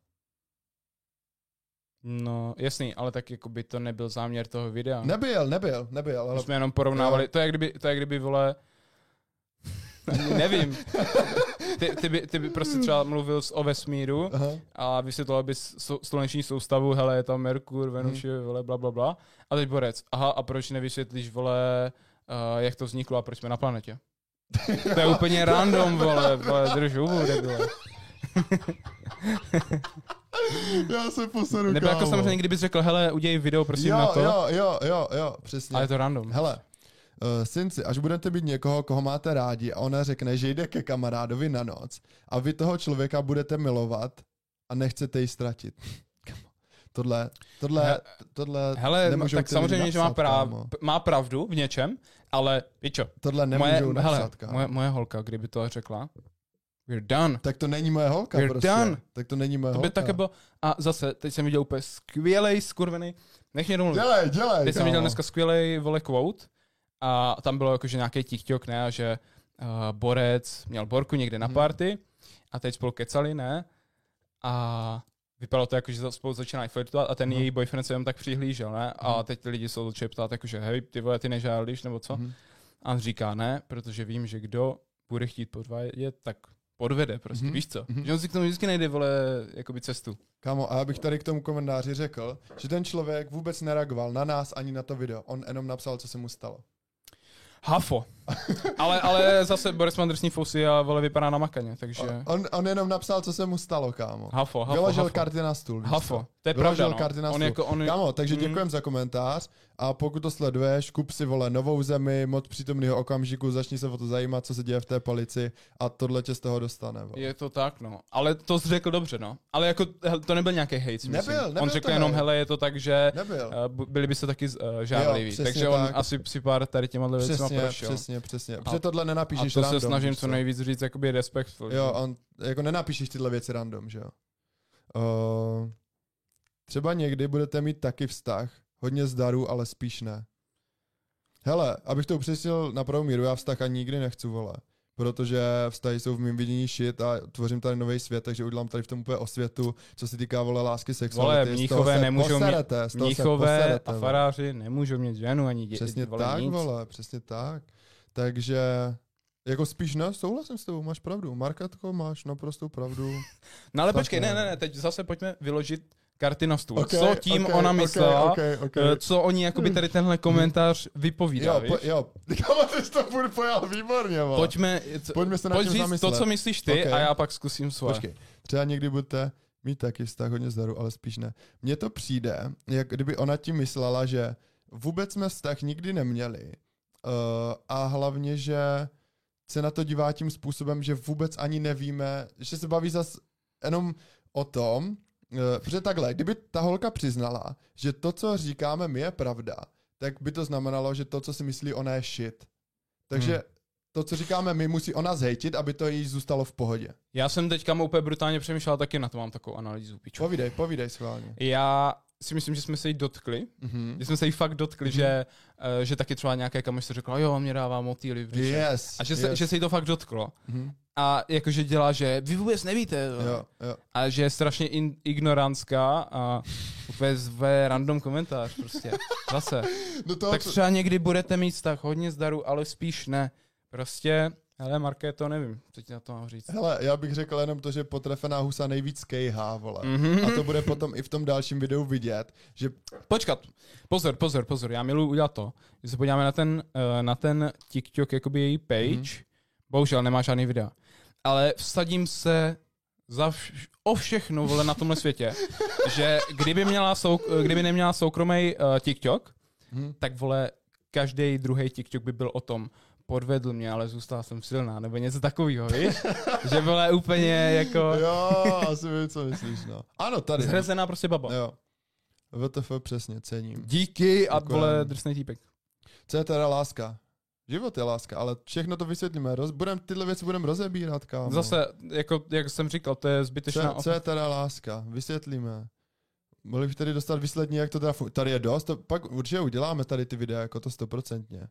No, jasný, ale tak jakoby to nebyl záměr toho videa. Nebyl, nebyl, nebyl. Ale... My jsme jenom porovnávali, to je, jak kdyby, to je jak kdyby, vole, nevím. Ty, ty, by, ty by prostě třeba mluvil o vesmíru. Aha. A vysvětloval bys sluneční soustavu, hele, je tam Merkur, Venus, hmm. vole, bla, bla, bla. A teď borec, aha, a proč nevysvětlíš, vole, uh, jak to vzniklo a proč jsme na planetě? To je úplně random, vole, vole, drž hubu, debile. Já se poseru, nebo jako samozřejmě, kdybys řekl, hele, udělej video, prosím, jo, na to. Jo, jo, jo, jo, přesně. Ale je to random. Hele, uh, synci, až budete být někoho, koho máte rádi a ona řekne, že jde ke kamarádovi na noc a vy toho člověka budete milovat a nechcete ji ztratit. Tohle, tohle, He, tohle hele, no, tak samozřejmě, že má, prav, má pravdu v něčem, ale pičo. Tohle nemůžou moje, napsat, hele, moje, moje holka, kdyby to řekla, we're done. Tak to není moje holka, we're prostě. Done. Tak to není moje to by holka. také bylo, a zase, teď jsem viděl úplně skvělej, skurvený, nech mě domluvit. Dělej, dělej, Teď jsem viděl dneska skvělej, vole, quote, a tam bylo jakože nějaký tiktok, ne, a že borec měl borku někde na party a teď spolu kecali, ne? A vypadalo to jako, že spolu začínají flirtovat a ten uh-huh. její boyfriend se jenom tak přihlížel, ne? A teď ty lidi jsou začali ptát, jakože hej, ty vole, ty nežádlíš, nebo co? Uh-huh. A on říká ne, protože vím, že kdo bude chtít podvádět, tak podvede prostě, uh-huh. víš co? Uh-huh. Že on si k tomu vždycky najde, vole, jakoby cestu. Kámo, a já bych tady k tomu komentáři řekl, že ten člověk vůbec nereagoval na nás ani na to video. On jenom napsal, co se mu stalo. Hafo. ale, ale zase Boris má drsný fousy a vole vypadá na makaně, takže... On, on jenom napsal, co se mu stalo, kámo. Hafo, hafo, Vyložil hafo. karty na stůl. Hafo, to je Vyložil pravda, karty na no. stůl. On jako, on... Kámo, takže mm. děkujem za komentář a pokud to sleduješ, kup si, vole, Novou zemi, Mod přítomného okamžiku, začni se o to zajímat, co se děje v té policii a tohle tě z toho dostane. Vole. Je to tak, no. Ale to jsi řekl dobře, no. Ale jako to nebyl nějaký hate, myslím. Nebyl, nebyl On řekl to jenom, hate. hele, je to tak, že uh, byli by se taky uh, žádliví. Jo, takže tak. on asi si pár tady těma věcma prošel. Přesně, přesně. Protože tohle nenapíšeš random. A to random, se snažím co nejvíc říct, jakoby respectful. Jo, on, jako nenapíšeš tyhle věci random, že jo. Uh, třeba někdy budete mít taky vztah, hodně zdarů, ale spíš ne. Hele, abych to upřesnil na pravou míru, já vztah ani nikdy nechci, vole. Protože vztahy jsou v mým vidění shit a tvořím tady nový svět, takže udělám tady v tom úplně osvětu, co se týká, vole, lásky, sexuality. Vole, mníchové nemůžou poserete, mít, mníchové poserete, a faráři nemůžou mít ženu ani děti. Přesně vole, tak, nic. vole, přesně tak. Takže, jako spíš ne, souhlasím s tebou, máš pravdu. Markatko, máš naprostou pravdu. No ale tak počkej, ne, ne, ne, teď zase pojďme vyložit karty na stůl. Okay, co tím okay, ona myslela, okay, okay, okay. co oni jakoby tady tenhle komentář vypovídá, jo, víš? po, jo, kámo, ty jsi to furt pojal výborně, vole. Pojďme, c- Pojďme se na pojď tím říct zamyslet. to, co myslíš ty okay. a já pak zkusím svoje. Počkej, třeba někdy budete mít taky vztah hodně zdaru, ale spíš ne. Mně to přijde, jak kdyby ona tím myslela, že vůbec jsme vztah nikdy neměli uh, a hlavně, že se na to dívá tím způsobem, že vůbec ani nevíme, že se baví zas jenom o tom, uh, protože takhle, kdyby ta holka přiznala, že to, co říkáme my, je pravda, tak by to znamenalo, že to, co si myslí ona, je shit. Takže hmm. to, co říkáme my, musí ona zhejtit, aby to jí zůstalo v pohodě. Já jsem teďka úplně brutálně přemýšlel, taky na to mám takovou analýzu, piču. Povídej, povídej schválně. Já si myslím, že jsme se jí dotkli, mm-hmm. že jsme se jí fakt dotkli, mm-hmm. že, uh, že taky třeba nějaké kamošce řekla, jo, on mě dává motýly v břiše. Yes, a že, yes. se, že se jí to fakt dotklo. Mm-hmm. A jakože dělá, že vy vůbec nevíte. Jo, jo. A že je strašně in, ignorantská a úplně zve random komentář prostě. Zase. Do toho, tak třeba někdy budete mít vztah hodně zdaru, ale spíš ne. Prostě, hele Marké, to nevím, co ti na to mám říct. Hele, já bych řekl jenom to, že potrefená husa nejvíc kejhá, vole. Mm-hmm. A to bude potom i v tom dalším videu vidět, že... Počkat, pozor, pozor, pozor, já miluji udělat to, že se podíváme na ten, uh, na ten TikTok, jakoby její page, mm-hmm. bohužel nemá žádný videa, ale vsadím se za vš- o všechno, vole, na tomhle světě, že kdyby, měla sou- kdyby neměla soukromý uh, TikTok, mm-hmm. tak, vole, každý druhý TikTok by byl o tom, podvedl mě, ale zůstala jsem silná, nebo něco takového, víš? Že byla úplně jako... Jo, asi vím, co myslíš, no. Ano, tady. Zhrezená prostě baba. Jo. V T F přesně, cením. Díky a Děkujem. vole drsnej týpek. Co je teda láska? Život je láska, ale všechno to vysvětlíme. Roz, budem, tyhle věci budeme rozebírat, kámo. Zase, jako, jak jsem říkal, to je zbytečná... Co, co je teda láska? Vysvětlíme. Mohli bych tady dostat výslední, jak to teda funguje. Tady je dost, to pak určitě uděláme tady ty videa, jako to stoprocentně.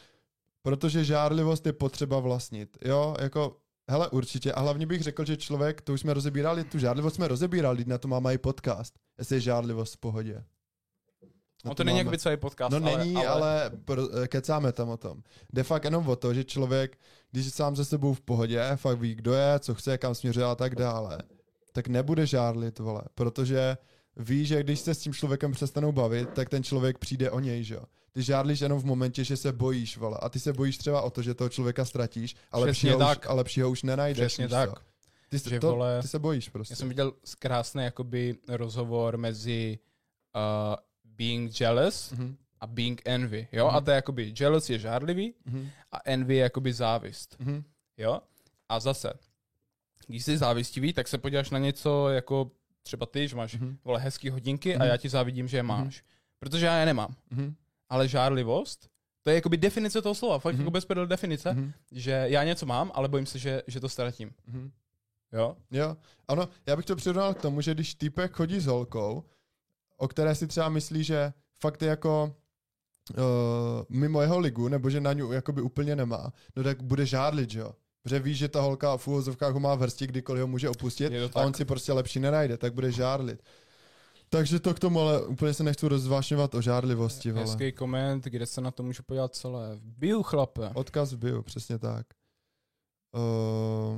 Protože žárlivost je potřeba vlastnit. Jo, jako, hele, určitě. A hlavně bych řekl, že člověk, to už jsme rozebírali, tu žárlivost jsme rozebírali, na to máme i podcast. Jestli je žárlivost v pohodě. Na No to, to není jak by celý podcast. No ale, není, ale, ale pro, kecáme tam o tom. Jde fakt jenom o to, že člověk, když je sám se sebou v pohodě, fakt ví, kdo je, co chce, kam směřuje a tak dále, tak nebude žárlit, vole, protože ví, že když se s tím člověkem přestanou bavit, tak ten člověk přijde o něj, že jo. Ty žárlíš jenom v momentě, že se bojíš, vole, a ty se bojíš třeba o to, že toho člověka ztratíš, a lepšího, už, a lepšího už nenajdeš. Přesně tak. Ty, že, to, vole, ty se bojíš prostě. Já jsem viděl krásný jakoby rozhovor mezi uh, being jealous mm-hmm. a being envy, jo? Mm-hmm. A to je jakoby jealous je žárlivý mm-hmm. a envy je jakoby závist, mm-hmm. jo? A zase, když jsi závistivý, tak se podíváš na něco jako třeba ty, že máš mm-hmm. vole hezký hodinky mm-hmm. a já ti závidím, že je máš. Mm-hmm. Protože já je nemám. Mm-hmm. Ale žárlivost, to je jakoby definice toho slova, fakt mm-hmm. jako bezpredel definice, mm-hmm. že já něco mám, ale bojím se, že, že to ztratím. Mm-hmm. Jo? Jo, ano, já bych to přirovnal k tomu, že když týpek chodí s holkou, o které si třeba myslí, že fakt je jako uh, mimo jeho ligu, nebo že na ňu jakoby úplně nemá, no tak bude žádlit, že jo. Protože ví, že ta holka v úvozovkách ho má v hrsti, kdykoliv ho může opustit a on si prostě lepší nenajde, tak bude žádlit. Takže to k tomu, ale úplně se nechci rozvášňovat o žádlivosti. Vole. Hezký koment, kde se na to můžu podívat celé. V bio, chlape. Odkaz v bio, přesně tak. Uh,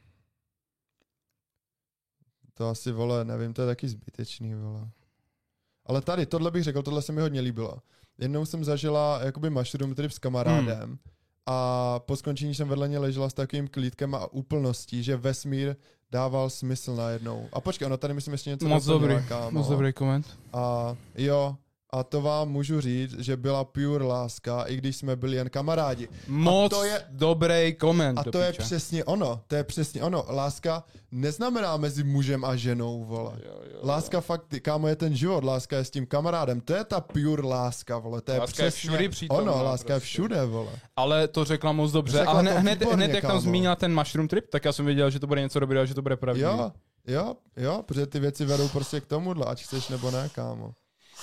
to asi, vole, nevím, to je taky zbytečný, vole. Ale tady, tohle bych řekl, tohle se mi hodně líbilo. Jednou jsem zažila jakoby mushroom trip s kamarádem hmm. a po skončení jsem vedle ně ležela s takovým klídkem a úplností, že vesmír dával smysl najednou. A počkej, ono tady myslím ještě něco moc dobrý, kámo. Moc dobrý koment. A jo, a to vám můžu říct, že byla pure láska, i když jsme byli jen kamarádi. Moc to je, dobrý koment. A to je přesně ono, to je přesně ono. Láska neznamená mezi mužem a ženou, vole. Jo, jo, láska jo. Fakt, kámo, je ten život, láska je s tím kamarádem, to je ta pure láska, vole. To je láska přesně je všudy přítomná. Ono, láska prostě. je všude, vole. Ale to řekla moc dobře. Řekla a hned, hned, výborně, hned jak tam zmínila ten mushroom trip, tak já jsem věděl, že to bude něco dobrého, že to bude pravdivý. Jo, jo, jo, protože ty věci vedou prostě k tomuhle, ať chceš nebo ne, kámo.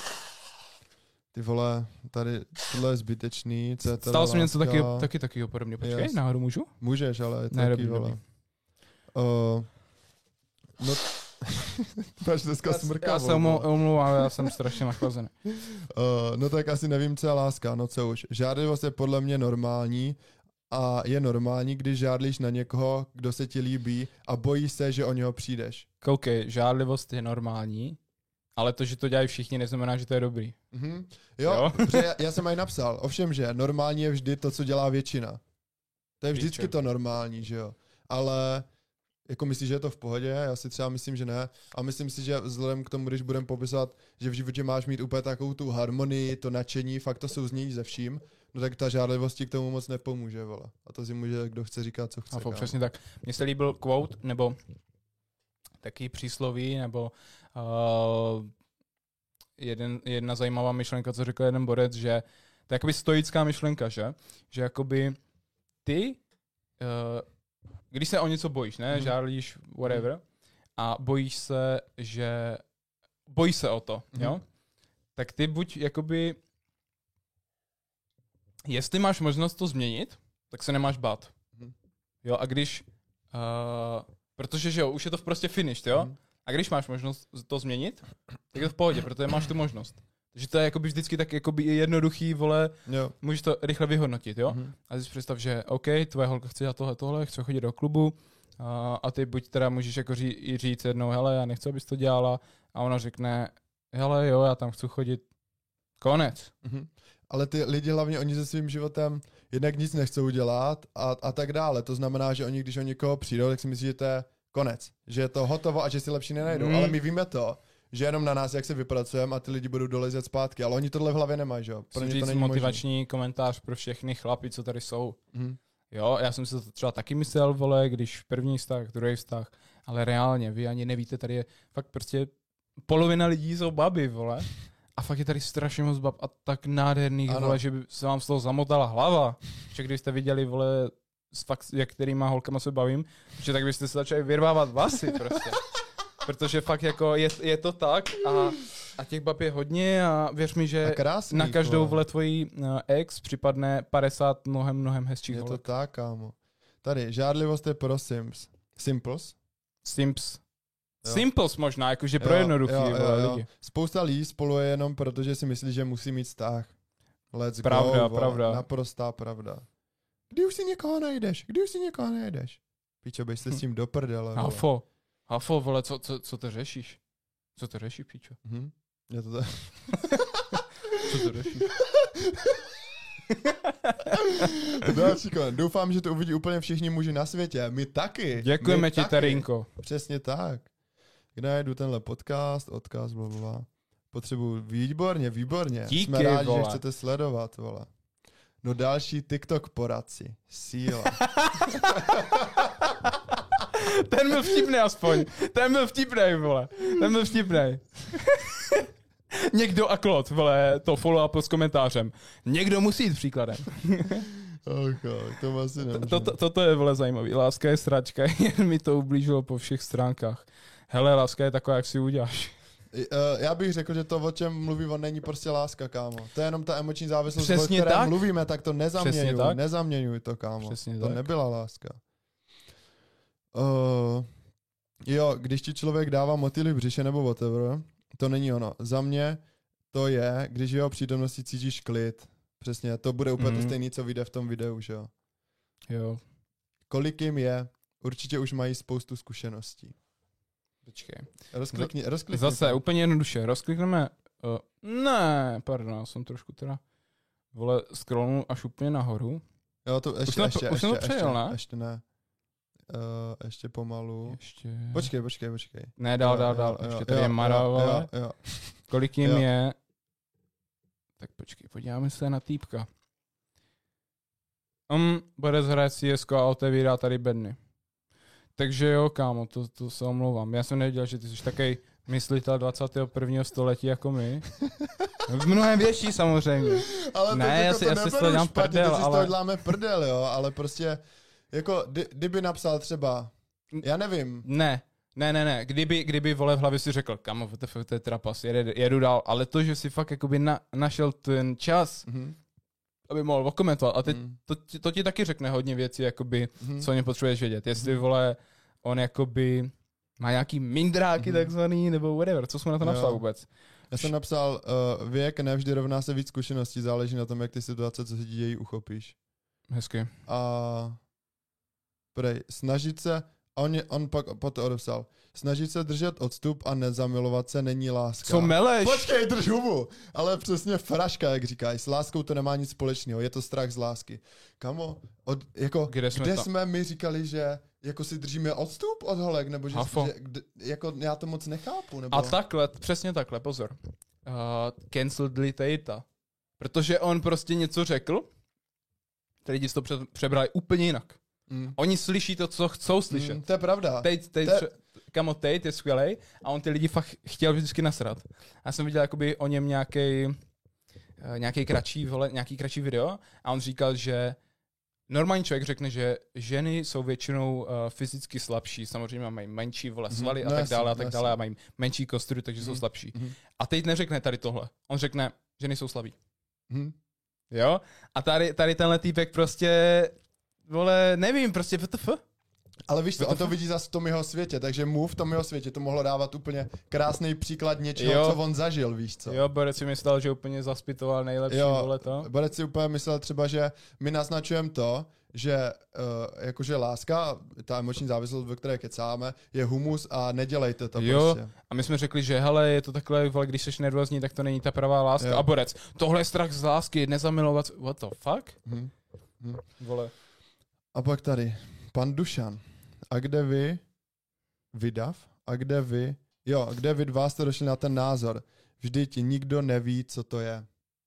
Ty vole, tady tohle je zbytečný. Stalo se mi něco taky, taky takového podobně. Počkej, yes. Náhodou můžu? Můžeš, ale je to ne, taky, dobrý, vole. Uh, no, máš dneska smrka, Já se omlouvám, já jsem strašně nachlazený. Uh, no tak asi nevím, co je láska, no co už. Žádlivost je podle mě normální a je normální, když žádlíš na někoho, kdo se ti líbí a bojíš se, že o něho přijdeš. Koukej, žádlivost je normální, ale to, že to dělají všichni, neznamená, že to je dobrý. Mm-hmm. Jo, jo? já, já jsem aj napsal, ovšem, že normální je vždy to, co dělá většina. To je vždycky to normální, že jo. Ale jako myslíš, že je to v pohodě? Já si třeba myslím, že ne. A myslím si, že vzhledem k tomu, když budeme popisovat, že v životě máš mít úplně takovou tu harmonii, to nadšení, fakt to souznění ze vším, no tak ta žádlivosti k tomu moc nepomůže, vole. A to si může, kdo chce říkat, co chce. A přesně tak. Mně se líbil quote, nebo taky přísloví, nebo uh, jeden, jedna zajímavá myšlenka, co řekl jeden borec, že to je jakoby stoická myšlenka, že? Že jakoby ty, uh, když se o něco bojíš, ne? Mm. Žádlíš, whatever, mm. a bojíš se, že bojíš se o to, mm. jo? Tak ty buď jakoby, jestli máš možnost to změnit, tak se nemáš bát. Mm. Jo, a když uh, protože, že jo, už je to prostě finished, jo? Mm. A když máš možnost to změnit, tak je to v pohodě, protože máš tu možnost. Takže to je jakoby vždycky tak jakoby jednoduchý, vole, jo. Můžeš to rychle vyhodnotit, jo? Mm. A ty si představ, že OK, tvoje holka chce dělat tohle, tohle, chce chodit do klubu a, a ty buď teda můžeš jako ří, říct jednou, hele, já nechci, abys to dělala, a ona řekne, hele, jo, já tam chci chodit. Konec. Mm. Ale ty lidi hlavně, oni se svým životem jednak nic nechcou dělat a, a tak dále. To znamená, že oni, když o někoho přijdou, tak si myslí, že to je konec. Že je to hotovo a že si lepší nenajdou. Mm. Ale my víme to, že jenom na nás, jak se vypracujeme a ty lidi budou dolezet zpátky. Ale oni tohle v hlavě nemají, že jo? Pro ně to není motivační možný. Komentář pro všechny chlapy, co tady jsou. Mm. Jo, já jsem si to třeba taky myslel, vole, když první vztah, druhý vztah, ale reálně, vy ani nevíte, tady je fakt prostě polovina lidí jsou baby, vole. A fakt je tady strašně moc bab a tak nádherných, vole, že by se vám z toho zamotala hlava. Že když jste viděli, vole, s fakt, jak kterýma holkama se bavím, že tak byste se začali vyrvávat vlasy prostě. Protože fakt jako je, je to tak a, a těch bab je hodně a věř mi, že krásný, na každou, vole, tvojí uh, ex připadne padesát mnohem, mnohem hezčích holek. Je to tak, kámo. Tady, žádlivost je pro Sims. Simples? Simps. Jo. Simples možná, jakože pro jednoduchý jo, jo, jo. lidi. Spousta lidí spoluje jenom proto, že si myslí, že musí mít vztah. Let's pravda, go, pravda. Naprostá pravda. Kdy už si někoho najdeš? Kdy už si někoho najdeš? Píčo, běž se s tím do prdele. Hafo. Hafo, vole, co, co, co to řešíš? Co to řeší, píčo? Mhm. Je to tak. Co to řešíš? Další koment. Doufám, že to uvidí úplně všichni muži na světě. My taky. Děkujeme My ti, taky. Tarinko. Přesně tak. Kde najdu tenhle podcast, odkaz, blablabla. Potřebuji, výborně, výborně. Díky, Jsme rádi, vole. že chcete sledovat, vole. No další TikTok poradci. Síla. Ten byl vtipný aspoň. Ten byl vtipnej, vole. Ten byl vtipnej. Někdo a Klot, vole, to follow-up s komentářem. Někdo musí jít příkladem. Okay, to asi nemůžeme. Toto, toto je, vole, zajímavý. Láska je sračka, jen mi to ublížilo po všech stránkách. Hele, láska je taková, jak si uděláš. Uh, já bych řekl, že to, o čem mluví on, není prostě láska, kámo. To je jenom ta emoční závislost, Přesně o které tak. mluvíme, tak to nezaměňuj, tak. nezaměňuj to, kámo. Přesně to tak. nebyla láska. Uh, jo, když ti člověk dává motýly v břiše nebo whatever, to není ono. Za mě to je, když v jeho přítomnosti cítíš klid. Přesně, to bude úplně mm. to stejné, co vyjde v tom videu, že jo. Jo. Kolik jim je, určitě už mají spoustu zkušeností. Počkej. Rozklikni, rozklikni. Zase, to. úplně jednoduše. Rozklikneme... Uh, ne, pardon, já jsem trošku teda... Vole, scrollnu až úplně nahoru. Jo, to ještě, už jsem, ještě, už ještě, jsem to ještě, přejel, ne? ještě ne. Uh, ještě pomalu. Ještě... Počkej, počkej, počkej. Ne, dál, dál, dál. Jo, Ještě jo, tady jo, je Mara, jo, vole. jo, jo. Kolik jim Jo. je... Tak počkej, podíváme se na týpka. Um, bude zhrát C S a otevírá tady bedny. Takže jo, kámo, to, to se omlouvám. Já jsem nevěděl, že ty jsi takový myslitel dvacátého prvního století jako my. Mnohem větší samozřejmě. Ale Ne, to, já jako si- to já si z toho neberu dělám špatně, prdel, ty si z ale- toho děláme prdel, jo, ale prostě, jako, kdy, kdyby napsal třeba, já nevím, Ne, ne, ne, ne. Kdyby, kdyby vole v hlavě si řekl, kamo, to, to, to je trapas, jedu, jedu dál. Ale to, že si fakt jakoby na, našel ten čas, mhm, aby mohl okomentovat. A teď mhm, to, ti- to ti taky řekne hodně věcí, jakoby, mhm. co o něm potřebuješ vědět. Jestli, Mhm. vole, on jakoby má nějaký mindráky Mhm. takzvaný, nebo whatever. Co jsme na to napsal Jo. vůbec? Já jsem napsal, uh, věk nevždy rovná se víc zkušeností, záleží na tom, jak ty situace, co se ti dějí, uchopíš. Hezky. A prej, snažit se, a on, je, on pak potom odepsal, snažit se držet odstup a nezamilovat se není láska. Co meleš? Počkej, drž hubu, ale přesně fraška, jak říkáš, s láskou to nemá nic společného, je to strach z lásky. Kamo, od, jako, Kde kde, jsme kde tam? jsme my říkali, že jako si držíme odstup od holek, nebo že, Hafo. že kde, jako já to moc nechápu, nebo... A takhle, přesně takhle, pozor. Uh, cancelled Data. Protože on prostě něco řekl, ty lidi si to pře- přebrali úplně jinak. Mm. Oni slyší to, co chcou slyšet. Mm, to je pravda. Tate, Tate, To je- tře- kamo, Tate je skvělej a on ty lidi fakt chtěl vždycky nasrat. Já jsem viděl jakoby o něm nějaký nějaký kratší, vole, nějaký kratší video a on říkal, že normální člověk řekne, že ženy jsou většinou uh, fyzicky slabší, samozřejmě mají menší vole svaly Mhm, a no tak jasně, dále a tak jasně. dále a mají menší kostry, takže jsou Mhm, slabší. mhm, A teď neřekne tady tohle. On řekne, ženy jsou slabí. mhm. Jo? A tady, tady tenhle týpek prostě, vole, nevím, prostě W T F. Ale víš co, on to vidí zase v tom jeho světě, takže mu v tom jeho světě to mohlo dávat úplně krásný příklad něčeho, Jo. co on zažil, víš co. Jo, Borec si myslel, že úplně zaspitoval nejlepší, Jo. vole, to. Borec si úplně myslel třeba, že my naznačujeme to, že uh, jakože láska, ta emoční závislost, o které kecáme, je humus a nedělejte to Jo. prostě. A my jsme řekli, že hele, je to takhle, vole, když jsi nervózní, tak to není ta pravá láska. Jo. A Borec, tohle je strach z lásky, nezamilovat. se- What the fuck? Hm. Vole. A pak tady, pan Dušan. A kde vy, vydav? A kde vy, jo, kde vy dva jste došli na ten názor? Vždyť nikdo neví, co to je.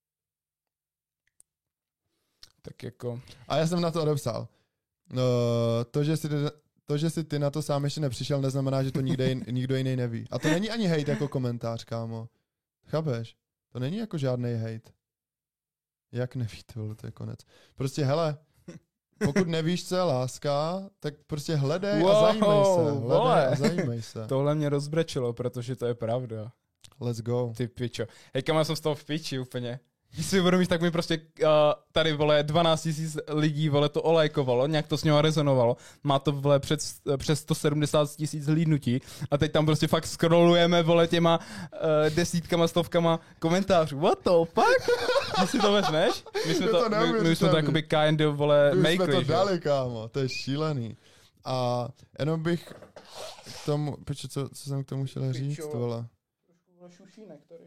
Tak jako, A já jsem na to odepsal. No, to, že si, to, že si ty na to sám ještě nepřišel, neznamená, že to nikde jin, nikdo jiný neví. A to není ani hejt jako komentář, kámo. Chápeš? To není jako žádný hejt. Jak nevíte, vole, to je konec. Prostě hele, pokud nevíš, co je láska, tak prostě hledej Wow, a zajímej se. Hledej vole. a zajímej se. tohle mě rozbrečilo, protože to je pravda. Let's go. Ty pičo. Hej, kam já jsem z toho v piči úplně. Když si uvědomíš, tak mi prostě uh, tady, vole, dvanáct tisíc lidí, vole, to olajkovalo, nějak to s něho rezonovalo. Má to, vole, přes, přes sto sedmdesát tisíc hlídnutí. A teď tam prostě fakt scrollujeme, vole, těma uh, desítkama, stovkama komentářů. What the fuck? Když si to vezmeš? My jsme Je to, to my, my jsme to neuvěřitelný. jakoby kind of, vole, My jsme makeli, to že? dali, kámo. To je šílený. A jenom bych k tomu, počkej, co, co jsem k tomu chtěl říct, Pičo. vole. Šušínek tady,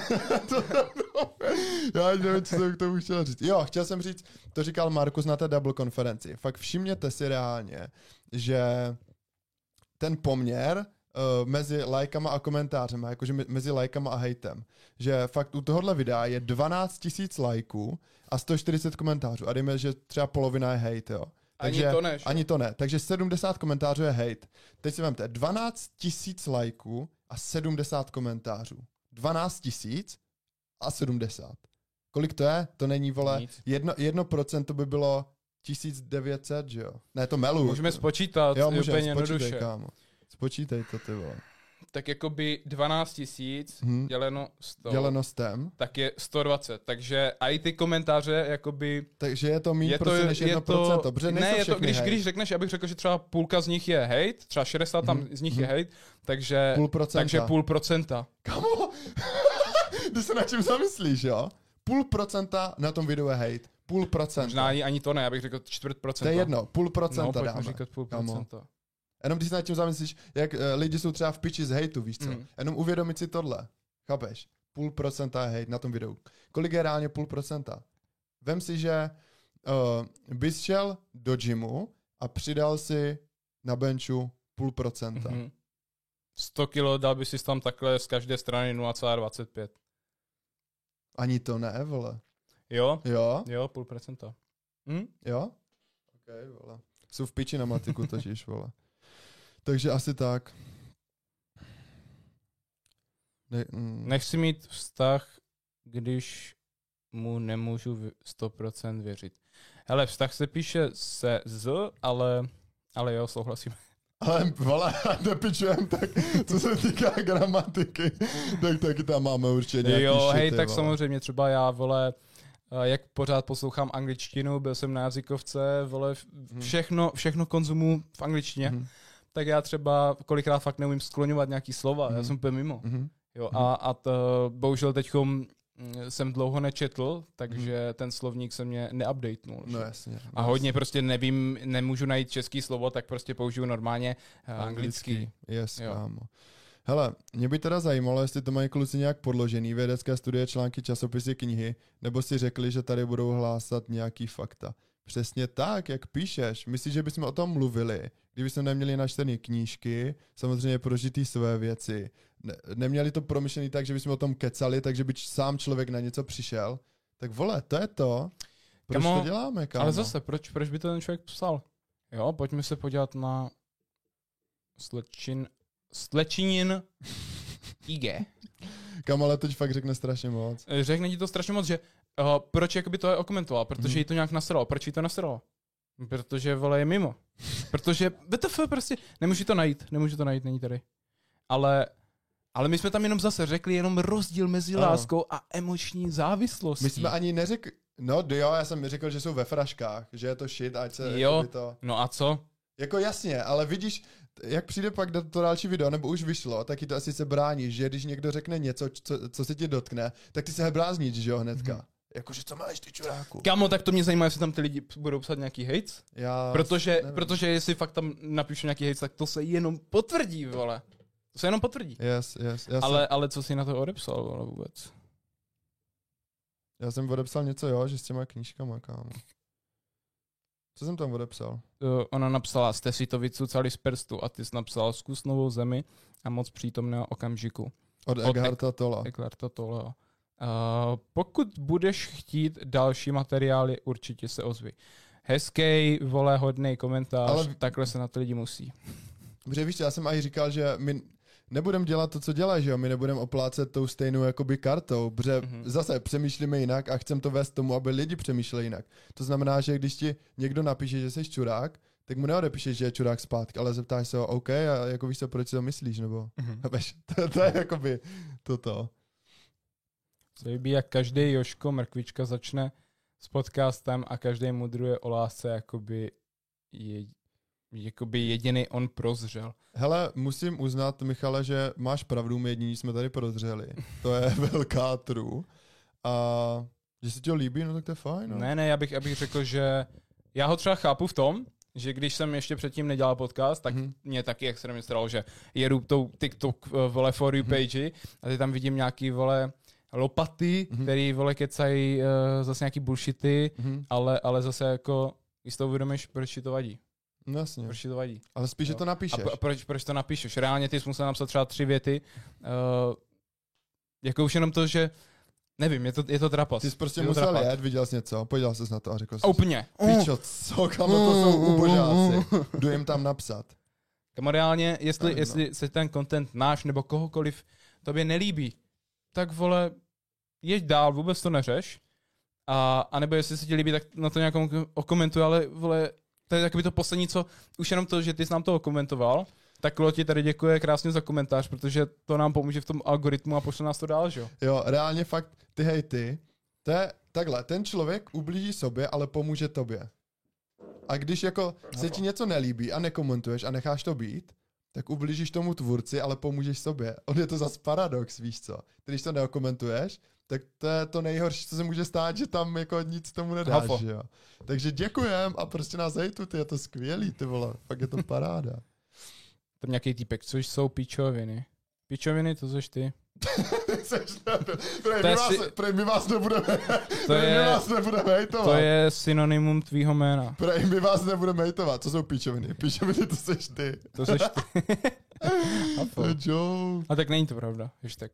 Já ani nevím, co jsem k tomu chtěl říct. Jo, chtěl jsem říct, to říkal Markus na té double konferenci. Fakt všimněte si reálně, že ten poměr uh, mezi lajkama a komentářem, jakože me- mezi lajkama a hejtem, že fakt u tohohle videa je dvanáct tisíc lajků a sto čtyřicet komentářů. A dejme, že třeba polovina je hejt, jo. Ani to ne, že? Ani to ne. Takže sedmdesát komentářů je hejt. Teď si vemte, dvanáct tisíc lajků a sedmdesát komentářů. dvanáct tisíc a sedmdesát. Kolik to je? To není, vole, Nic. jedno, jedno procento by bylo tisíc devět set, že jo? Ne, to melu. Můžeme spočítat, Jo, je můžeme, úplně spočítej, jednoduše. kámo. Spočítej to, ty vole. tak jakoby dvanáct tisíc Hmm. děleno sto, Děleno stem. tak je sto dvacet. Takže a i ty komentáře, jakoby... Takže je to méně Je prostě to, než je jedno to, procento, protože ne, nejsou je to, všechny když, hejt. když řekneš, abych řekl, že třeba půlka z nich je hate, třeba šedesát tam Mhm, z nich mhm. je hate, takže Půl procenta. takže půl procenta. Kamo, když se nad čím zamyslíš, jo? Půl procenta na tom videu je hate. Půl procenta. Možná ani, ani to ne, abych řekl čtvrt To procenta. je jedno, půl No, procenta pojďme dáme. říkat půl Kamo. procenta. Jenom když se nad tím zamyslíš, jak uh, lidi jsou třeba v piči z hejtu, víš co? Mm. Jenom uvědomit si tohle. Chápeš? Půl procenta je hejt na tom videu. Kolik je reálně půl procenta? Vem si, že uh, bys šel do gymu a přidal si na benchu půl procenta. Mhm. sto kilo dal by si tam takhle z každé strany nula celá dvacet pět. Ani to ne, vole. Jo? Jo? Jo, půl procenta. Hm? Jo? Ok, vole. Jsou v piči na matiku totiž, vole. Takže asi tak. Ne, mm. Nechci mít vztah, když mu nemůžu v- sto procent věřit. Hele, vztah se píše se z, ale, ale jo, souhlasím. Ale vole, nepičujem, tak co se týká gramatiky, tak taky tam máme určitě nějaký Jo, shity, hej, tak vole. samozřejmě třeba já, vole, eh, jak pořád poslouchám angličtinu, byl jsem na jazykovce, vole, v- Mhm. všechno, všechno konzumuju v angličtině, Mhm, tak já třeba kolikrát fakt neumím skloňovat nějaký slova, já Mhm. jsem úplně mimo. mhm. Jo, Mhm. a, a to, bohužel teďkom mm, jsem dlouho nečetl, takže ten slovník se mě neupdatenul. No že? jasně. A hodně prostě nevím, nemůžu najít český slovo, tak prostě použiju normálně eh, anglický. Yes, Jo. kámo. Hele, mě by teda zajímalo, jestli to mají kluci nějak podložený, vědecké studie, články, časopisy, knihy, nebo si řekli, že tady budou hlásat nějaký fakta. Přesně tak, jak píšeš. Myslíš, že bychom o tom mluvili, kdybychom neměli načtený knížky, samozřejmě prožitý své věci, ne, neměli to promyšlený tak, že bychom o tom kecali, takže by č- sám člověk na něco přišel, tak vole, to je to. Proč Kamo, to děláme, kámo? Ale zase, proč, proč by to ten člověk psal? Jo, pojďme se podívat na slečin, slečinin I G. Kam ale teď fakt řekne strašně moc. Řekne ti to strašně moc, že uh, proč jakoby to je okomentoval, protože Mhm. jí to nějak nasralo. Proč jí to nasralo? Protože, vole, je mimo. Protože, W T F prostě, nemůžu to najít, nemůžu to najít, není tady. Ale, ale my jsme tam jenom zase řekli jenom rozdíl mezi Ano. láskou a emoční závislostí. My jsme ani neřekli, no jo, já jsem řekl, že jsou ve fraškách, že je to shit, ať se Jo. jakoby to... No a co? Jako jasně, ale vidíš, jak přijde pak do to další video, nebo už vyšlo, tak ti to asi se brání, že když někdo řekne něco, co, co se ti dotkne, tak ty se brázníš, že jo, hnedka. Mhm. Jakože co máš ty čuráku? Kámo, tak to mě zajímá, jestli tam ty lidi budou psat nějaký hejc. Já Protože, nevím. protože jestli fakt tam napíšu nějaký hejc, tak to se jenom potvrdí, vole. To se jenom potvrdí. Yes, yes, já, Ale, jsem, ale co jsi na to odepsal, vole, vůbec? já jsem odepsal něco, jo, že s těma knížkama, kámo. Co jsem tam odepsal? Uh, ona napsala, jste si to vycucali z prstu a ty jsi napsal zkus novou zemi a moc přítomného okamžiku. Od Od Eckharta Tolla. Eckharta Tolla. Uh, pokud budeš chtít další materiály, určitě se ozvi. Hezký, vole, hodnej komentář, Ale- ale... takhle se na to lidi musí. Protože víš, já jsem aj říkal, že my nebudeme dělat to, co děláš, že jo, my nebudeme oplácet tou stejnou jakoby kartou, protože Mhm. zase přemýšlíme jinak a chcem to vést tomu, aby lidi přemýšleli jinak. To znamená, že když ti někdo napíše, že jsi čurák, tak mu neodepíšeš, že je čurák zpátky, ale zeptáš se ho, OK, a jako víš co, proč si to myslíš, nebo Mhm. chápeš? to, to je jakoby toto. Zajíbí, jak každý Joško Mrkvička začne s podcastem a každý mudruje o lásce, jakoby, je, jakoby jediný on prozřel. Hele, musím uznat, Michale, že máš pravdu, my jediní jsme tady prozřeli. To je velká true. A že se ti to líbí, no tak to je fajn. No. Ne, ne, já bych, já bych řekl, že já ho třeba chápu v tom, že když jsem ještě předtím nedělal podcast, tak Mhm. mě taky extrémně stralo, že jedu tou TikTok, eh, vole, for you Mhm. page a ty tam vidím nějaký, vole, lopaty, Mhm. který, vole, kecají uh, zase nějaký bullshity, Mhm. ale, ale zase jako, když to uvědomíš, proč ti to vadí. No jasně. Proč ti to vadí. Ale spíš, že Jo. to A napíšeš. pro, proč, proč to napíšeš? Reálně ty jsi musel napsat třeba tři věty. Uh, jako už jenom to, že nevím, je to, je to trapas. Ty jsi prostě je to musel trapas. jet, viděl jsi něco, podíval jsi na to a řekl jsi, A úplně. pičo, co, kamo, to jsou ubožáci. Jdu jim tam napsat. Kamo reálně, jestli, Nevím, no. jestli se ten content náš nebo kohokoliv tobě nelíbí, tak vole, jeď dál, vůbec to neřeš. A, a nebo jestli se ti líbí, tak na to nějakou okomentuj, ale vole, to je takový to poslední, co, už jenom to, že ty jsi nám to okomentoval, Tak Loti tady děkuje krásně za komentář, protože to nám pomůže v tom algoritmu a pošle nás to dál, že jo? Jo, reálně fakt, ty hejty, to je takhle, ten člověk ublíží sobě, ale pomůže tobě. A když jako se ti něco nelíbí a nekomentuješ a necháš to být, tak ublížíš tomu tvůrci, ale pomůžeš sobě. On je to zas paradox, víš co? Když to neokomentuješ, tak to je to nejhorší, co se může stát, že tam jako nic tomu nedáš, Hafo. že jo? Takže děkujem a prostě nás hejtujte, je to skvělý, ty vole, fakt je to paráda. Tam nějaký týpek, což jsou pičoviny. Pičoviny, to seš ty. Prej, my, vás, prej, my vás nebudeme, To prej, je, my vás nebudeme hejtovat. to je synonymum tvýho jména. Prej, my vás nebudeme hejtovat. Co jsou píčoviny? Píčoviny to seš ty. To seš ty. To je joke. A tak není to pravda, hashtag.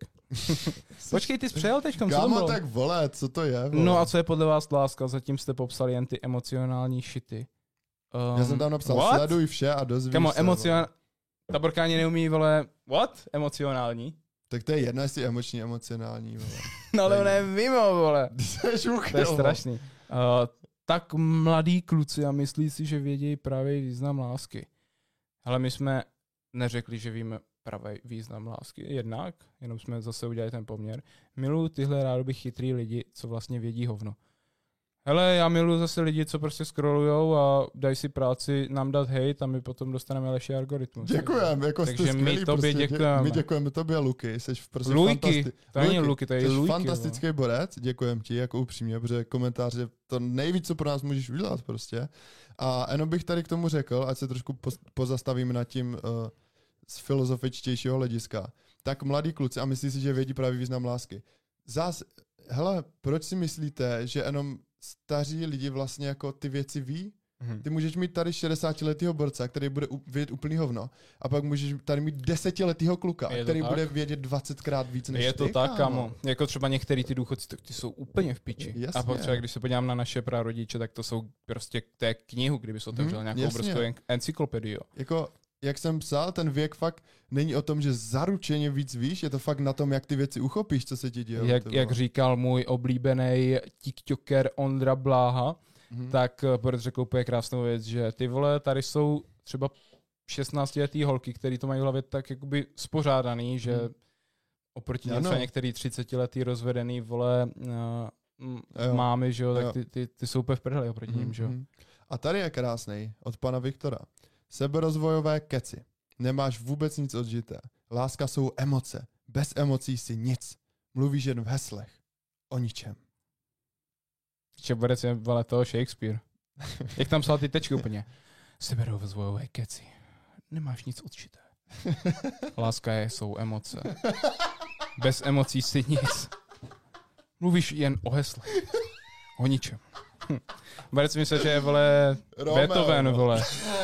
Počkej, ty jsi přejel teďkom, co to Kámo, bylo? tak vole, co to je? Vole? No a co je podle vás láska? Zatím jste popsali jen ty emocionální shity. Um, Já jsem tam napsal, what? sleduj vše a dozvíš Kamo, se. emocion... Taborka ani neumí, vole, what? Emocionální? Tak to je jedno, jestli emoční, emocionální, vole. No ale ona je mimo, vole. Jsi uchyl, To je strašný. Uh, tak mladí kluci a myslí si, že vědí pravý význam lásky. Ale my jsme neřekli, že víme pravý význam lásky. Jednak, jenom jsme zase udělali ten poměr. Miluju tyhle rádoby chytrý lidi, co vlastně vědí hovno. Hele, já miluji zase lidi, co prostě scrollujou a dají si práci nám dát hejt a my potom dostaneme lepší algoritmus. Děkujem, jako Takže jste my skvělý, tobě prostě, děkujeme. My děkujeme tobě, Luky, jsi prostě Lujky, fantasti- to není Luky, to je jsi Lujky. fantastický borec, děkujem ti, jako upřímně, protože komentář je to nejvíc, co pro nás můžeš udělat prostě. A jenom bych tady k tomu řekl, ať se trošku poz- pozastavíme nad tím uh, z filozofičtějšího hlediska. Tak mladí kluci, a myslí si, že vědí pravý význam lásky. Zás, hele, proč si myslíte, že jenom staří lidi vlastně jako ty věci ví? Mhm. Ty můžeš mít tady šedesátiletýho borca, který bude vědět úplný hovno, a pak můžeš tady mít desetiletýho kluka, Je to který tak? bude vědět dvacetkrát víc než Je ty, to tak, kámo. Jako třeba některý ty důchodci, tak ty jsou úplně v piči. Jasně. A pak třeba, když se podívám na naše prarodiče, tak to jsou prostě té knihu, kdyby se otevřel Mhm, nějakou jasně. obrovskou en- encyklopedii. Jako, jak jsem psal, ten věk fakt není o tom, že zaručeně víc víš, je to fakt na tom, jak ty věci uchopíš, co se ti děje. Jak, jak říkal můj oblíbený tiktoker Ondra Bláha, Mhm. tak Borec řekl úplně krásnou věc, že ty vole, tady jsou třeba šestnáctiletý holky, který to mají v hlavě tak jakoby spořádaný, že Mhm. oproti Ano. něco některý třicetiletý rozvedený, vole, uh, Jo. mámy, že jo, Jo. tak ty, ty, ty jsou úplně v prdeli oproti ním, že jo. Mhm. A tady je krásný od pana Viktora. Seberozvojové keci. Nemáš vůbec nic odžité. Láska jsou emoce. Bez emocí si nic. Mluvíš jen v heslech. O ničem. Že Borec je, vole, toho Shakespeare. Jak tam psal ty tečky úplně. Seberozvojové keci. Nemáš nic odčité. Láska je, jsou emoce. Bez emocí si nic. Mluvíš jen o heslech. O ničem. Hm. Borec myslel, že je, vole, Romeo, Beethoven, no. vole.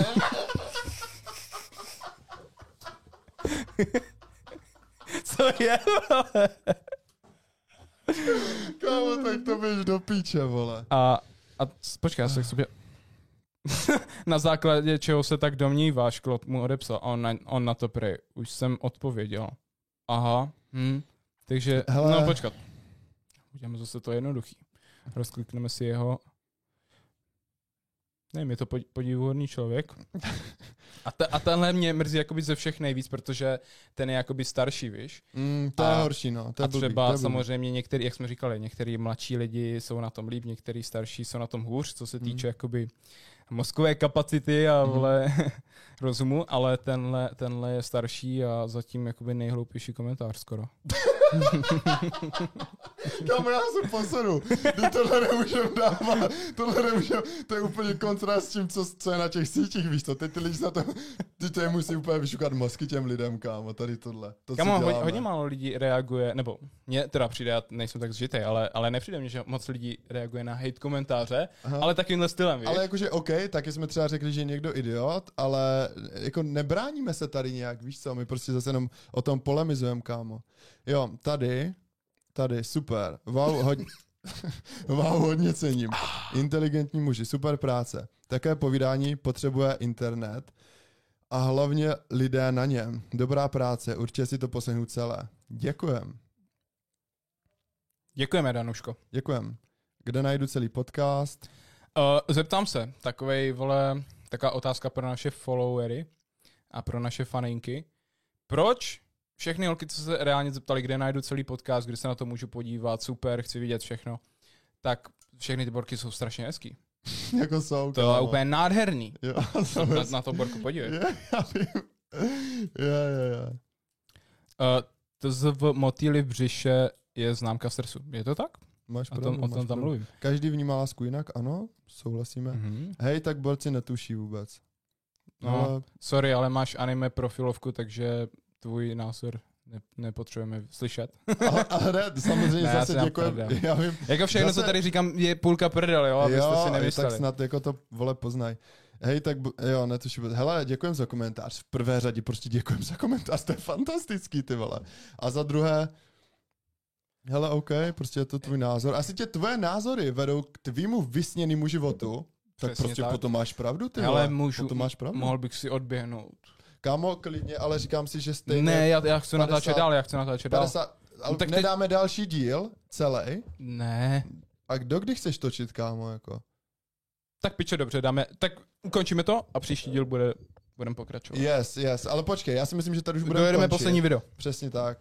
Co je, vole? Kámo, tak to běž do píče, vole. A, a počkej, já se k sobě... Na základě čeho se tak domníváš, Klot mu odepsal. A on na, on na to prej. Už jsem odpověděl. Aha, hm. Takže, Hele. no počkat. Uděláme zase to jednoduchý. Rozklikneme si jeho... Nevím, je to pod- podivuhodný člověk. A, te, a tenhle mě mrzí jakoby ze všech nejvíc, protože ten je jakoby starší, víš. Mm, to je A- horší, no. To je A blbý, třeba to je blbý. samozřejmě některý, jak jsme říkali, některý mladší lidi jsou na tom líp, některý starší jsou na tom hůř, co se Mhm. týče jakoby mozkové kapacity a Mhm. vole rozumu, ale tenhle, tenhle je starší a zatím jakoby nejhloupější komentář skoro. Kámo, já se posedu. Ty tohle nemůžem dávat. Tohle nemůžem. To je úplně kontrast s tím, co, co je na těch sítích, víš co. Teď ty lidi na to, ty to je musí úplně vyšukat mozky těm lidem, kámo, tady tohle. To, co Kamo, hodně, děláme. hodně málo lidí reaguje, nebo mně teda přijde, já nejsem tak zžitej, ale, ale nepřijde mně, že moc lidí reaguje na hate komentáře, Aha. ale takovýmhle stylem, víš? Ale jakože OK, taky jsme třeba řekli, že je někdo idiot, ale jako nebráníme se tady nějak, víš co, my prostě zase jenom o tom polemizujeme, kámo. Jo, tady, tady, super, wow, hodně, wow, hodně cením. Inteligentní muži, super práce. Také povídání potřebuje internet a hlavně lidé na něm. Dobrá práce, určitě si to poslechnu celé. Děkujem. Děkujeme, Danuško. Děkujem. Kde najdu celý podcast? Uh, zeptám se, takovej, vole, taková otázka pro naše followery. a pro naše faninky. Proč? Všechny holky, co se reálně zeptali, kde najdu celý podcast, kde se na to můžu podívat, super, chci vidět všechno, tak všechny ty borky jsou strašně hezký. Jako jsou. To je úplně nádherný. Jo, na, na to borku podívej. Je, já vím. Je, je, je. Uh, to z v motýli v břiše je známka stresu. Je to tak? Máš O pravdu, tom, o máš tom tam pravdu. mluvím. Každý vnímá lásku jinak, ano, souhlasíme. Mhm. Hej, tak borci netuší vůbec. No, Ale sorry, ale máš anime profilovku, takže tvůj názor ne, nepotřebujeme slyšet. ale, ale ne, samozřejmě Ne, já zase si dám děkujem. prdel. Já vím. Jako všechno, Zase- co tady říkám, je půlka prdel, jo, abyste Jo, si nemysleli. tak snad jako to, vole, poznaj. Hej, tak b- jo, netuším. Hele, děkujem za komentář. V prvé řadě prostě děkujem za komentář, to je fantastický, ty vole. A za druhé, hele, OK, prostě je to tvůj názor. Asi tě tvoje názory vedou k tvýmu vysněnému životu, tak Přesně prostě tak. potom máš pravdu, ty Ale vole. můžu, Potom máš pravdu. mohl bych si odběhnout. Kámo, klidně, ale říkám si, že stejně... Ne, já, já chci natáčet padesát dál, já chci natáčet dál. padesát, ale No tak teď- nedáme další díl, celý. Ne, A kdo kdy chceš točit, kámo, jako? tak piče, dobře, dáme, tak ukončíme to a příští díl bude, budeme pokračovat. Yes, yes, ale počkej, já si myslím, že tady už budeme Dojedeme končit. poslední video. Přesně tak.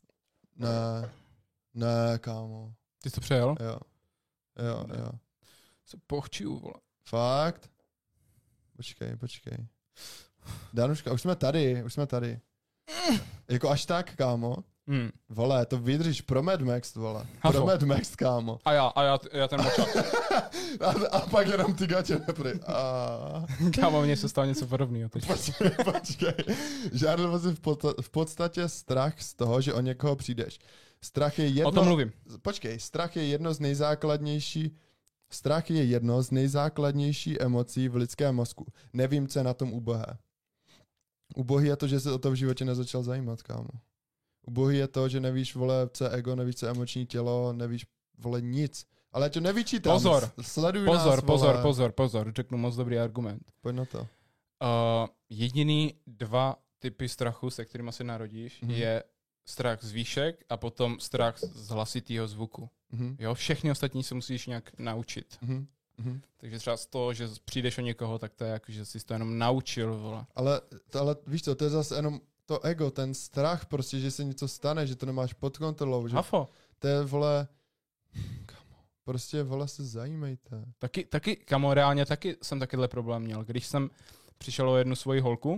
Ne, ne, kámo. Ty jsi to přejel? Jo, jo, Ne. jo. Se pochčiju, vole. Fakt? Počkej, počkej. Danuška, už jsme tady, už jsme tady. Jako až tak, kámo. Hmm. Vole, to vydrž pro Mad Max, vole. Hafo. Pro Mad Max, kámo. A já, a já, já ten močák. A, a pak jenom ty gatě nepry. A... Kámo, mně se stalo něco podobného teď. Počkej, počkej. Žádlivost je v, pod, v podstatě strach z toho, že o někoho přijdeš. Strach je jedno... O tom mluvím. Počkej, strach je jedno z nejzákladnější... Strach je jedno z nejzákladnější emocí v lidském mozku. Nevím, co je na tom ubohé. Ubohý je to, že se o to v životě nezačal zajímat, kámo. Ubohý je to, že nevíš, vole, co je ego, nevíš, co je emoční tělo, nevíš, vole, nic. Ale já to nevyčítám. Pozor. Sleduj Pozor, nás, pozor, vole. pozor, pozor, řeknu moc dobrý argument. Pojď na to. Uh, jediný dva typy strachu, se kterými se narodíš, Mhm. je strach z výšek a potom strach z hlasitého zvuku. Mhm. Jo, všechny ostatní se musíš nějak naučit. Mhm. Mhm. Takže třeba z toho, že přijdeš o někoho, tak to je jako, že jsi to jenom naučil, vole. Ale, ale víš co, to je zase jenom to ego, ten strach prostě, že se něco stane, že to nemáš pod kontrolou, že Hafo, to je, vole, kamo, prostě, vole, se zajímejte. taky, taky, kamo, reálně taky jsem takyhle problém měl. Když jsem přišel o jednu svoji holku,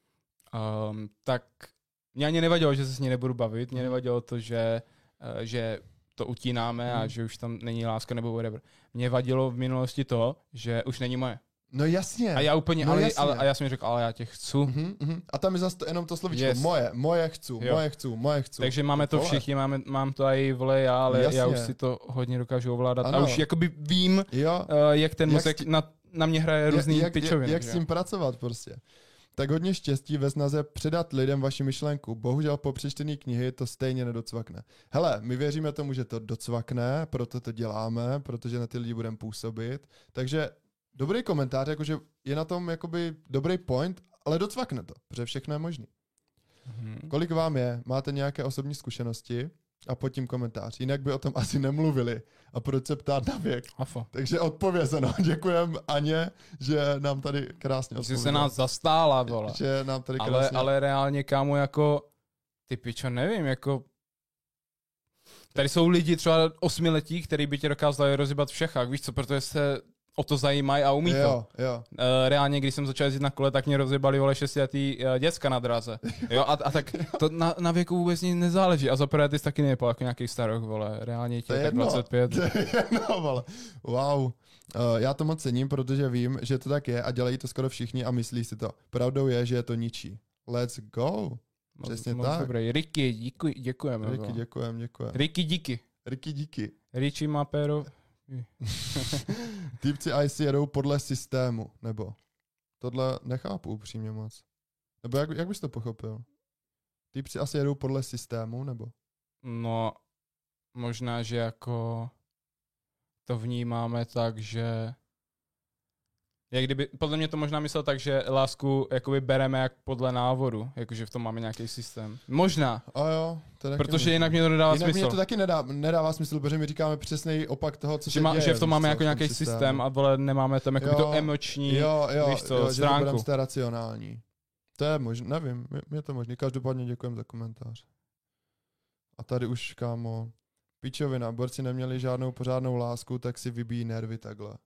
um, tak mě ani nevadilo, že se s ní nebudu bavit, mě nevadilo to, že, uh, že to utínáme a Mhm. že už tam není láska nebo whatever. Mě vadilo v minulosti to, že už není moje. No jasně. A já úplně, No ale, jasně. ale, a já jsem mi řekl, ale já tě chci. Mhm, mhm. A tam je zase to, jenom to slovíčko, Yes. moje, moje chci, Jo. moje chci, moje chci. Takže máme to Vole. všichni, máme, mám to i vole já, ale Jasně. já už si to hodně dokážu ovládat. Ano. A už jakoby vím, Jo, uh, jak ten Jak mozek s tí- na, na mě hraje různý jak, pičoviny. jak, jak že s jo. tím pracovat prostě. Tak hodně štěstí ve snaze předat lidem vaši myšlenku. Bohužel po přečtené knihy to stejně nedocvakne. Hele, my věříme tomu, že to docvakne, proto to děláme, protože na ty lidi budeme působit. Takže dobrý komentář, jakože je na tom jakoby dobrý point, ale docvakne to, protože všechno je možný. Mhm. Kolik vám je? Máte nějaké osobní zkušenosti? A pod tím komentář. Jinak by o tom asi nemluvili. A proč se ptát na věk? Hafo. Takže odpovězeno. Děkujem Aně, že nám tady krásně Že odpověděla. se nás zastála, vole. Že nám tady Ale, krásně... ale reálně, kámo, jako, ty pičo, nevím, jako, tady jsou lidi třeba osmiletí, který by tě dokázali rozjebat v Čechách, víš co, protože se o to zajímají a umí to. Jo, jo. Uh, reálně, když jsem začal jezdit na kole, tak mě rozjebali, vole, šestiletý uh, děcka na dráze. Jo, a, a tak to na, na věku vůbec nic nezáleží. A zaprvé ty jsi taky nevypadal jako nějaký starok, vole, reálně To tě je tak jedno. dvacet pět. To je jedno, vole. Wow. Uh, já to moc cením, protože vím, že to tak je a dělají to skoro všichni a myslí si to. Pravdou je, že je to ničí. Let's go. Moc, Přesně moc tak. Dobrý. Ricky, díky, děkujeme. Ricky, vole. děkujem, děkujem. Ricky, díky. Ricky, díky. Richie má péro. Týpci I C jedou podle systému, nebo? Tohle nechápu upřímně moc. Nebo jak, jak bys to pochopil? Týpci asi jedou podle systému, nebo? No, možná, že jako to vnímáme tak, že jak kdyby, podle mě to možná myslel tak, že lásku jakoby bereme jak podle návodu, jakože v tom máme nějaký systém. Možná, A jo, to je taky protože možný. jinak mě to nedává Jinak smysl. mě to taky nedá, nedává smysl, protože my říkáme přesný opak toho, co Že, se má, děje. že v tom víš máme co, jako v tom nějaký systému. systém a vole nemáme tam jako Jo, to emoční, Jo, jo, víš co, jo že to stránku. budeme z té racionální. To je možné, nevím, je to možný. Každopádně děkujem za komentář. A tady už, kámo, pičovina, borci neměli žádnou pořádnou lásku, tak si vybíjí nervy takhle.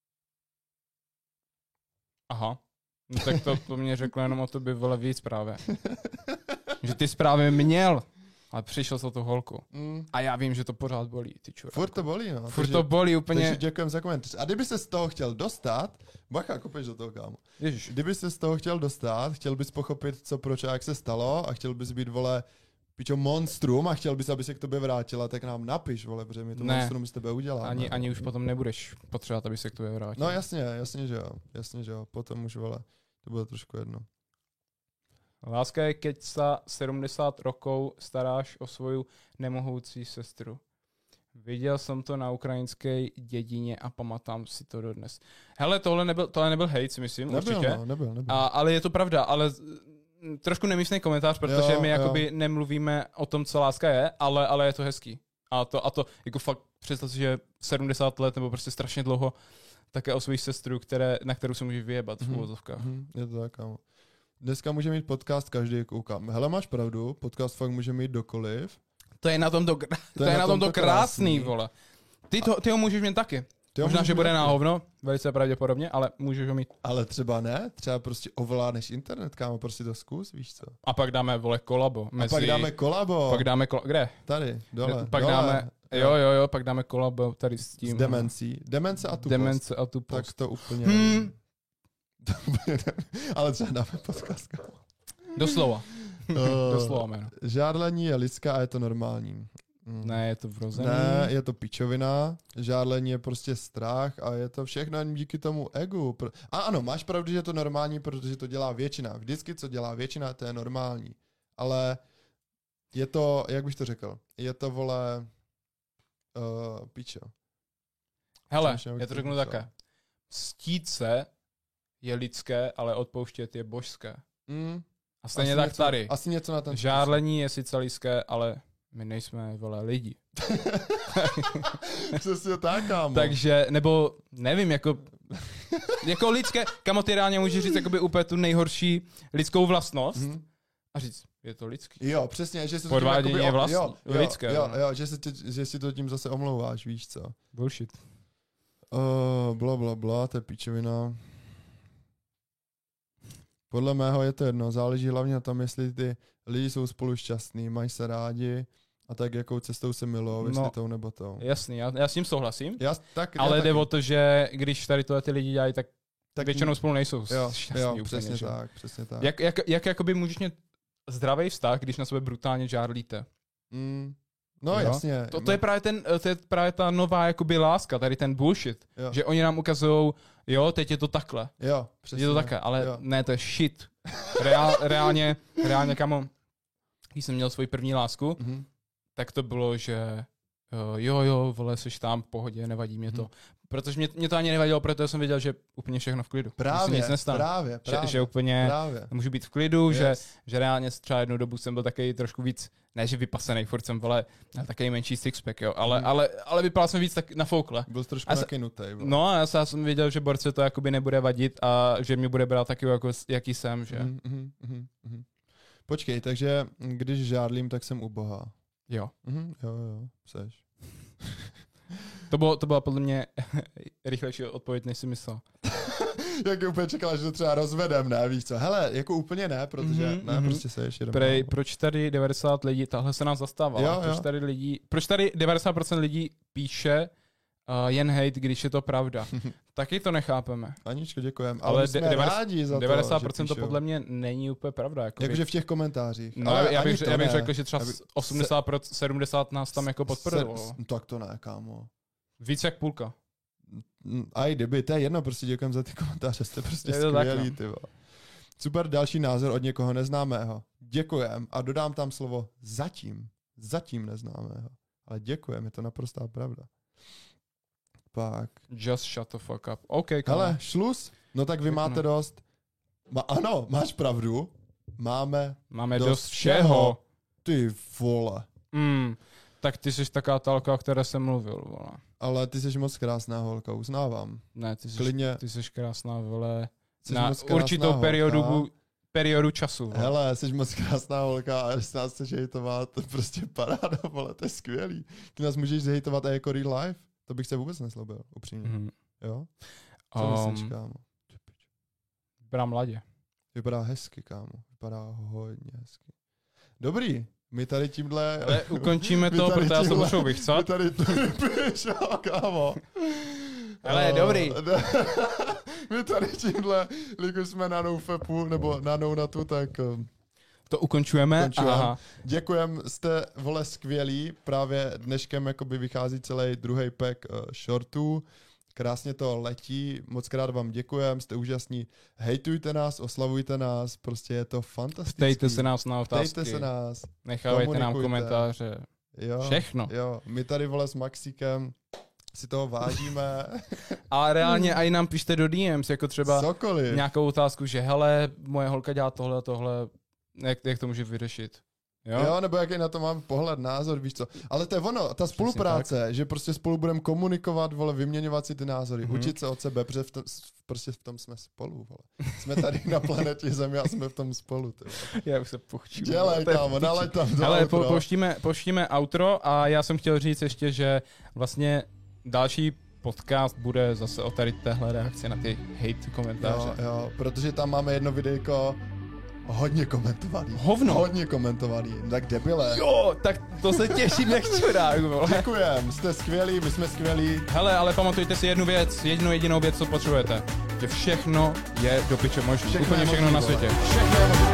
Aha. No tak to, to mě řeklo jenom o tobě, vole, víc právě. Že ty zprávy měl, ale přišel za tu holku. Mm. A já vím, že to pořád bolí, ty čurák. Furt to bolí, no. Furt to bolí úplně. Takže děkujem za komentář. A kdyby se z toho chtěl dostat, bacha, kopeš do toho, kámo. Ježiš. Kdyby se z toho chtěl dostat, chtěl bys pochopit, co proč a jak se stalo a chtěl bys být, vole, pičo, monstrum a chtěl bys, aby se k tobě vrátila, tak nám napiš, vole, protože mi to ne. monstrum z tebe udělá. Ani, ne? ani už potom nebudeš potřebovat, aby se k tobě vrátil. No jasně, jasně, že jo. Jasně, že jo. Potom už, vole, to bude trošku jedno. Láska je, keď sa sedmdesát rokov staráš o svoju nemohoucí sestru. Viděl jsem to na ukrajinské dědině a pamatám si to dodnes. Hele, tohle nebyl, tohle nebyl hejt, si myslím, Nebyl, určitě. no, nebyl, nebyl. A, ale je to pravda, ale trošku nemyslný komentář, protože jo, my jo. jakoby nemluvíme o tom, co láska je, ale, ale je to hezký. A to, a to jako fakt představ si, že sedmdesát let nebo prostě strašně dlouho také o svou sestru, které, na kterou se můžeš vyjebat v uvozovkách. Mm-hmm, je to tak, kámo. Dneska může mít podcast každý, koukám. Hele, máš pravdu, podcast fakt může mít dokoliv. To je na tom to, to, to je na tom to krásný, krásný, vole. Ty, to, ty ho můžeš mít taky. Ty Možná, že bude na hovno, velice pravděpodobně, ale můžeš ho mít. Ale třeba ne, třeba prostě ovládneš internet, kámo, prostě to zkus, víš co. A pak dáme, vole, kolabo. Mezi... A pak dáme kolabo. Pak dáme kolabo, kde? Tady, dole. Pak dole. dáme, jo, jo, jo, pak dáme kolabo tady s tím. S demencí. Demence a tupost. Demence a tupost. Tak to úplně... Hmm. Ale třeba dáme podcast, kámo. Doslova. Uh, Doslova, jméno. Žádlení je lidská a je to normální. Mm. Ne, je to vrozený. Ne, je to pičovina. Žádlení je prostě strach a je to všechno jen díky tomu egu. A ano, máš pravdu, že je to normální, protože to dělá většina. Vždycky, co dělá většina, to je normální. Ale je to, jak bych to řekl, je to, vole, uh, pičo. Hele, já to řeknu také. Stít se je lidské, ale odpouštět je božské. Mm. A stejně asi tak něco, tady. Asi něco na ten Žádlení je sice lidské, ale my nejsme, vole, lidi. Přesně tak, kámo. Takže, nebo nevím, jako, jako lidské, kamo ty reálně můžeš říct jakoby úplně tu nejhorší lidskou vlastnost mm-hmm. a říct, je to lidský. Jo, přesně, že se to podvádění tím je vlastní, jo, jo, lidské. Jo, jo, že, se tě, že si to tím zase omlouváš, víš co. Bullshit. Uh, bla, bla, bla, to je píčovina. Podle mého je to jedno, záleží hlavně na tom, jestli ty lidi jsou spolu šťastní, mají se rádi a tak jakou cestou se milujou, jestli no, tou nebo tou. Jasný, já, já s tím souhlasím, já, tak, ale já jde taky. o to, že když tady tohle ty lidi dělají, tak, tak většinou spolu nejsou jo, šťastní jo, úplně. přesně že? tak, přesně tak. Jak, jak, jak jakoby můžeš mít zdravý vztah, když na sebe brutálně žárlíte? Mm. No jo? jasně. To, to, je právě ten, to je právě ta nová jakoby láska, tady ten bullshit, jo. že oni nám ukazují, jo, teď je to takhle. Jo, přesně. Je to takhle, ale jo. ne, to je shit. Reál, reálně, reálně, kamo, když jsem měl svoji první lásku, mm-hmm. tak to bylo, že jo, jo, vole, seš tam v pohodě, nevadí mě to. Hmm. Protože mě, mě to ani nevadilo, protože jsem věděl, že úplně všechno v klidu. Právě, nic nestane. právě, právě. Že, že úplně právě. můžu být v klidu, yes. že, že reálně třeba jednu dobu jsem byl takový trošku víc, ne že vypasený, furt jsem, vole, takový menší sixpack, jo, ale, hmm. ale, ale vypadal jsem víc tak na foukle. Byl jsi trošku nakynutej. No a já, já jsem věděl, že borce to jakoby nebude vadit a že mě bude brát taky, jako, jaký jsem, že. Mm, mm, mm, mm. Počkej, takže když žádlím, tak jsem u Boha. Jo. Mm, jo, jo, seš. To, bylo, to byla podle mě rychlejší odpověď, než si myslel. Jak úplně čekala, že to třeba rozvedem, ne, víš co? Hele, jako úplně ne, protože mm-hmm, ne, mm-hmm. prostě seš. Prej, proč tady devadesát lidí, tahle se nám zastává, jo, proč jo. tady lidi, proč tady devadesát procent lidí píše uh, jen hate, když je to pravda. Taky to nechápeme. Aničko, děkujem. Ale, ale jsme de- rádi za devadesát to, procent to podle mě není úplně pravda. Jakoby. Jakože v těch komentářích. No, ale já, bych, já bych ne. řekl, že třeba by... osmdesát procent, sedmdesát nás tam jako podporovalo. Se, tak to ne, kámo. Víc jak půlka. A i kdyby, to je jedno, prostě děkujem za ty komentáře, jste prostě je skvělý, ty. Super, další názor od někoho neznámého. Děkujem a dodám tam slovo zatím. Zatím neznámého. Ale děkujem, je to naprostá pravda. Pak. Just shut the fuck up. OK, hele, šlus? No tak vy máte dost. Ma, ano, máš pravdu. Máme Máme dost, dost všeho. Ty vole. Mm, tak ty jsi taková talka, o které jsem mluvil, vole. Ale ty jsi moc krásná holka, uznávám. Ne, ty jsi, Klidně. Ty jsi krásná, vole. Jsi Na krásná určitou holka. periodu periodu času. Vole. Hele, jsi moc krásná holka a jestli nás chceš hejtovat, to je prostě paráda, vole, to je skvělý. Ty nás můžeš zhejtovat i jako real life, to bych se vůbec neslobil, upřímně. Mm-hmm. Jo? Co um, myslíš, kámo? Vypadá mladě. Vypadá hezky, kámo. Vypadá hodně hezky. Dobrý, my tady tímhle... Ale ukončíme to, protože já se potřebuji vychcat. My tady to vypíšo, kámo. Ale uh, dobrý. My tady tímhle, když jsme na NoFapu, nebo na NoNatu, tak... To ukončujeme. ukončujeme. Aha. Děkujem, jste, vole, skvělí. Právě dneškem jakoby vychází celý druhý pack uh, shortů. Krásně to letí, moc krát vám děkujem, jste úžasní. Hejtujte nás, oslavujte nás, prostě je to fantastické. Ptejte se nás na otázky. Ptejte se nás. Nechávejte nám komentáře. Jo, všechno. Jo, my tady, vole, s Maxíkem si toho vážíme. A reálně i nám pište do D Ms, jako třeba Cokoliv. Nějakou otázku, že hele, moje holka dělá tohle a tohle, jak, jak to může vyřešit. Jo? jo, nebo jaký na to mám pohled, názor, víš co. Ale to je ono, ta spolupráce, že prostě spolu budeme komunikovat, vole, vyměňovat si ty názory, mm-hmm. učit se od sebe, protože v tom, prostě v tom jsme spolu, vole. Jsme tady na planetě Zemi a jsme v tom spolu, ty vole. Já už se pochčím. Dělej, kámo, nalej tam do Ale outro. Po, poštíme, poštíme outro a já jsem chtěl říct ještě, že vlastně další podcast bude zase o tady téhle reakci na ty hate komentáře. Jo, jo, protože tam máme jedno videjko hodně komentovaný. Hovno. Hodně komentovaný. Tak debile. Jo, tak to se těším jak čurák, vole. Děkujem, jste skvělí, my jsme skvělí. Hele, ale pamatujte si jednu věc, jednu jedinou věc, co potřebujete. Že všechno je do piče možný. Úplně všechno na světě. Všechno je možný.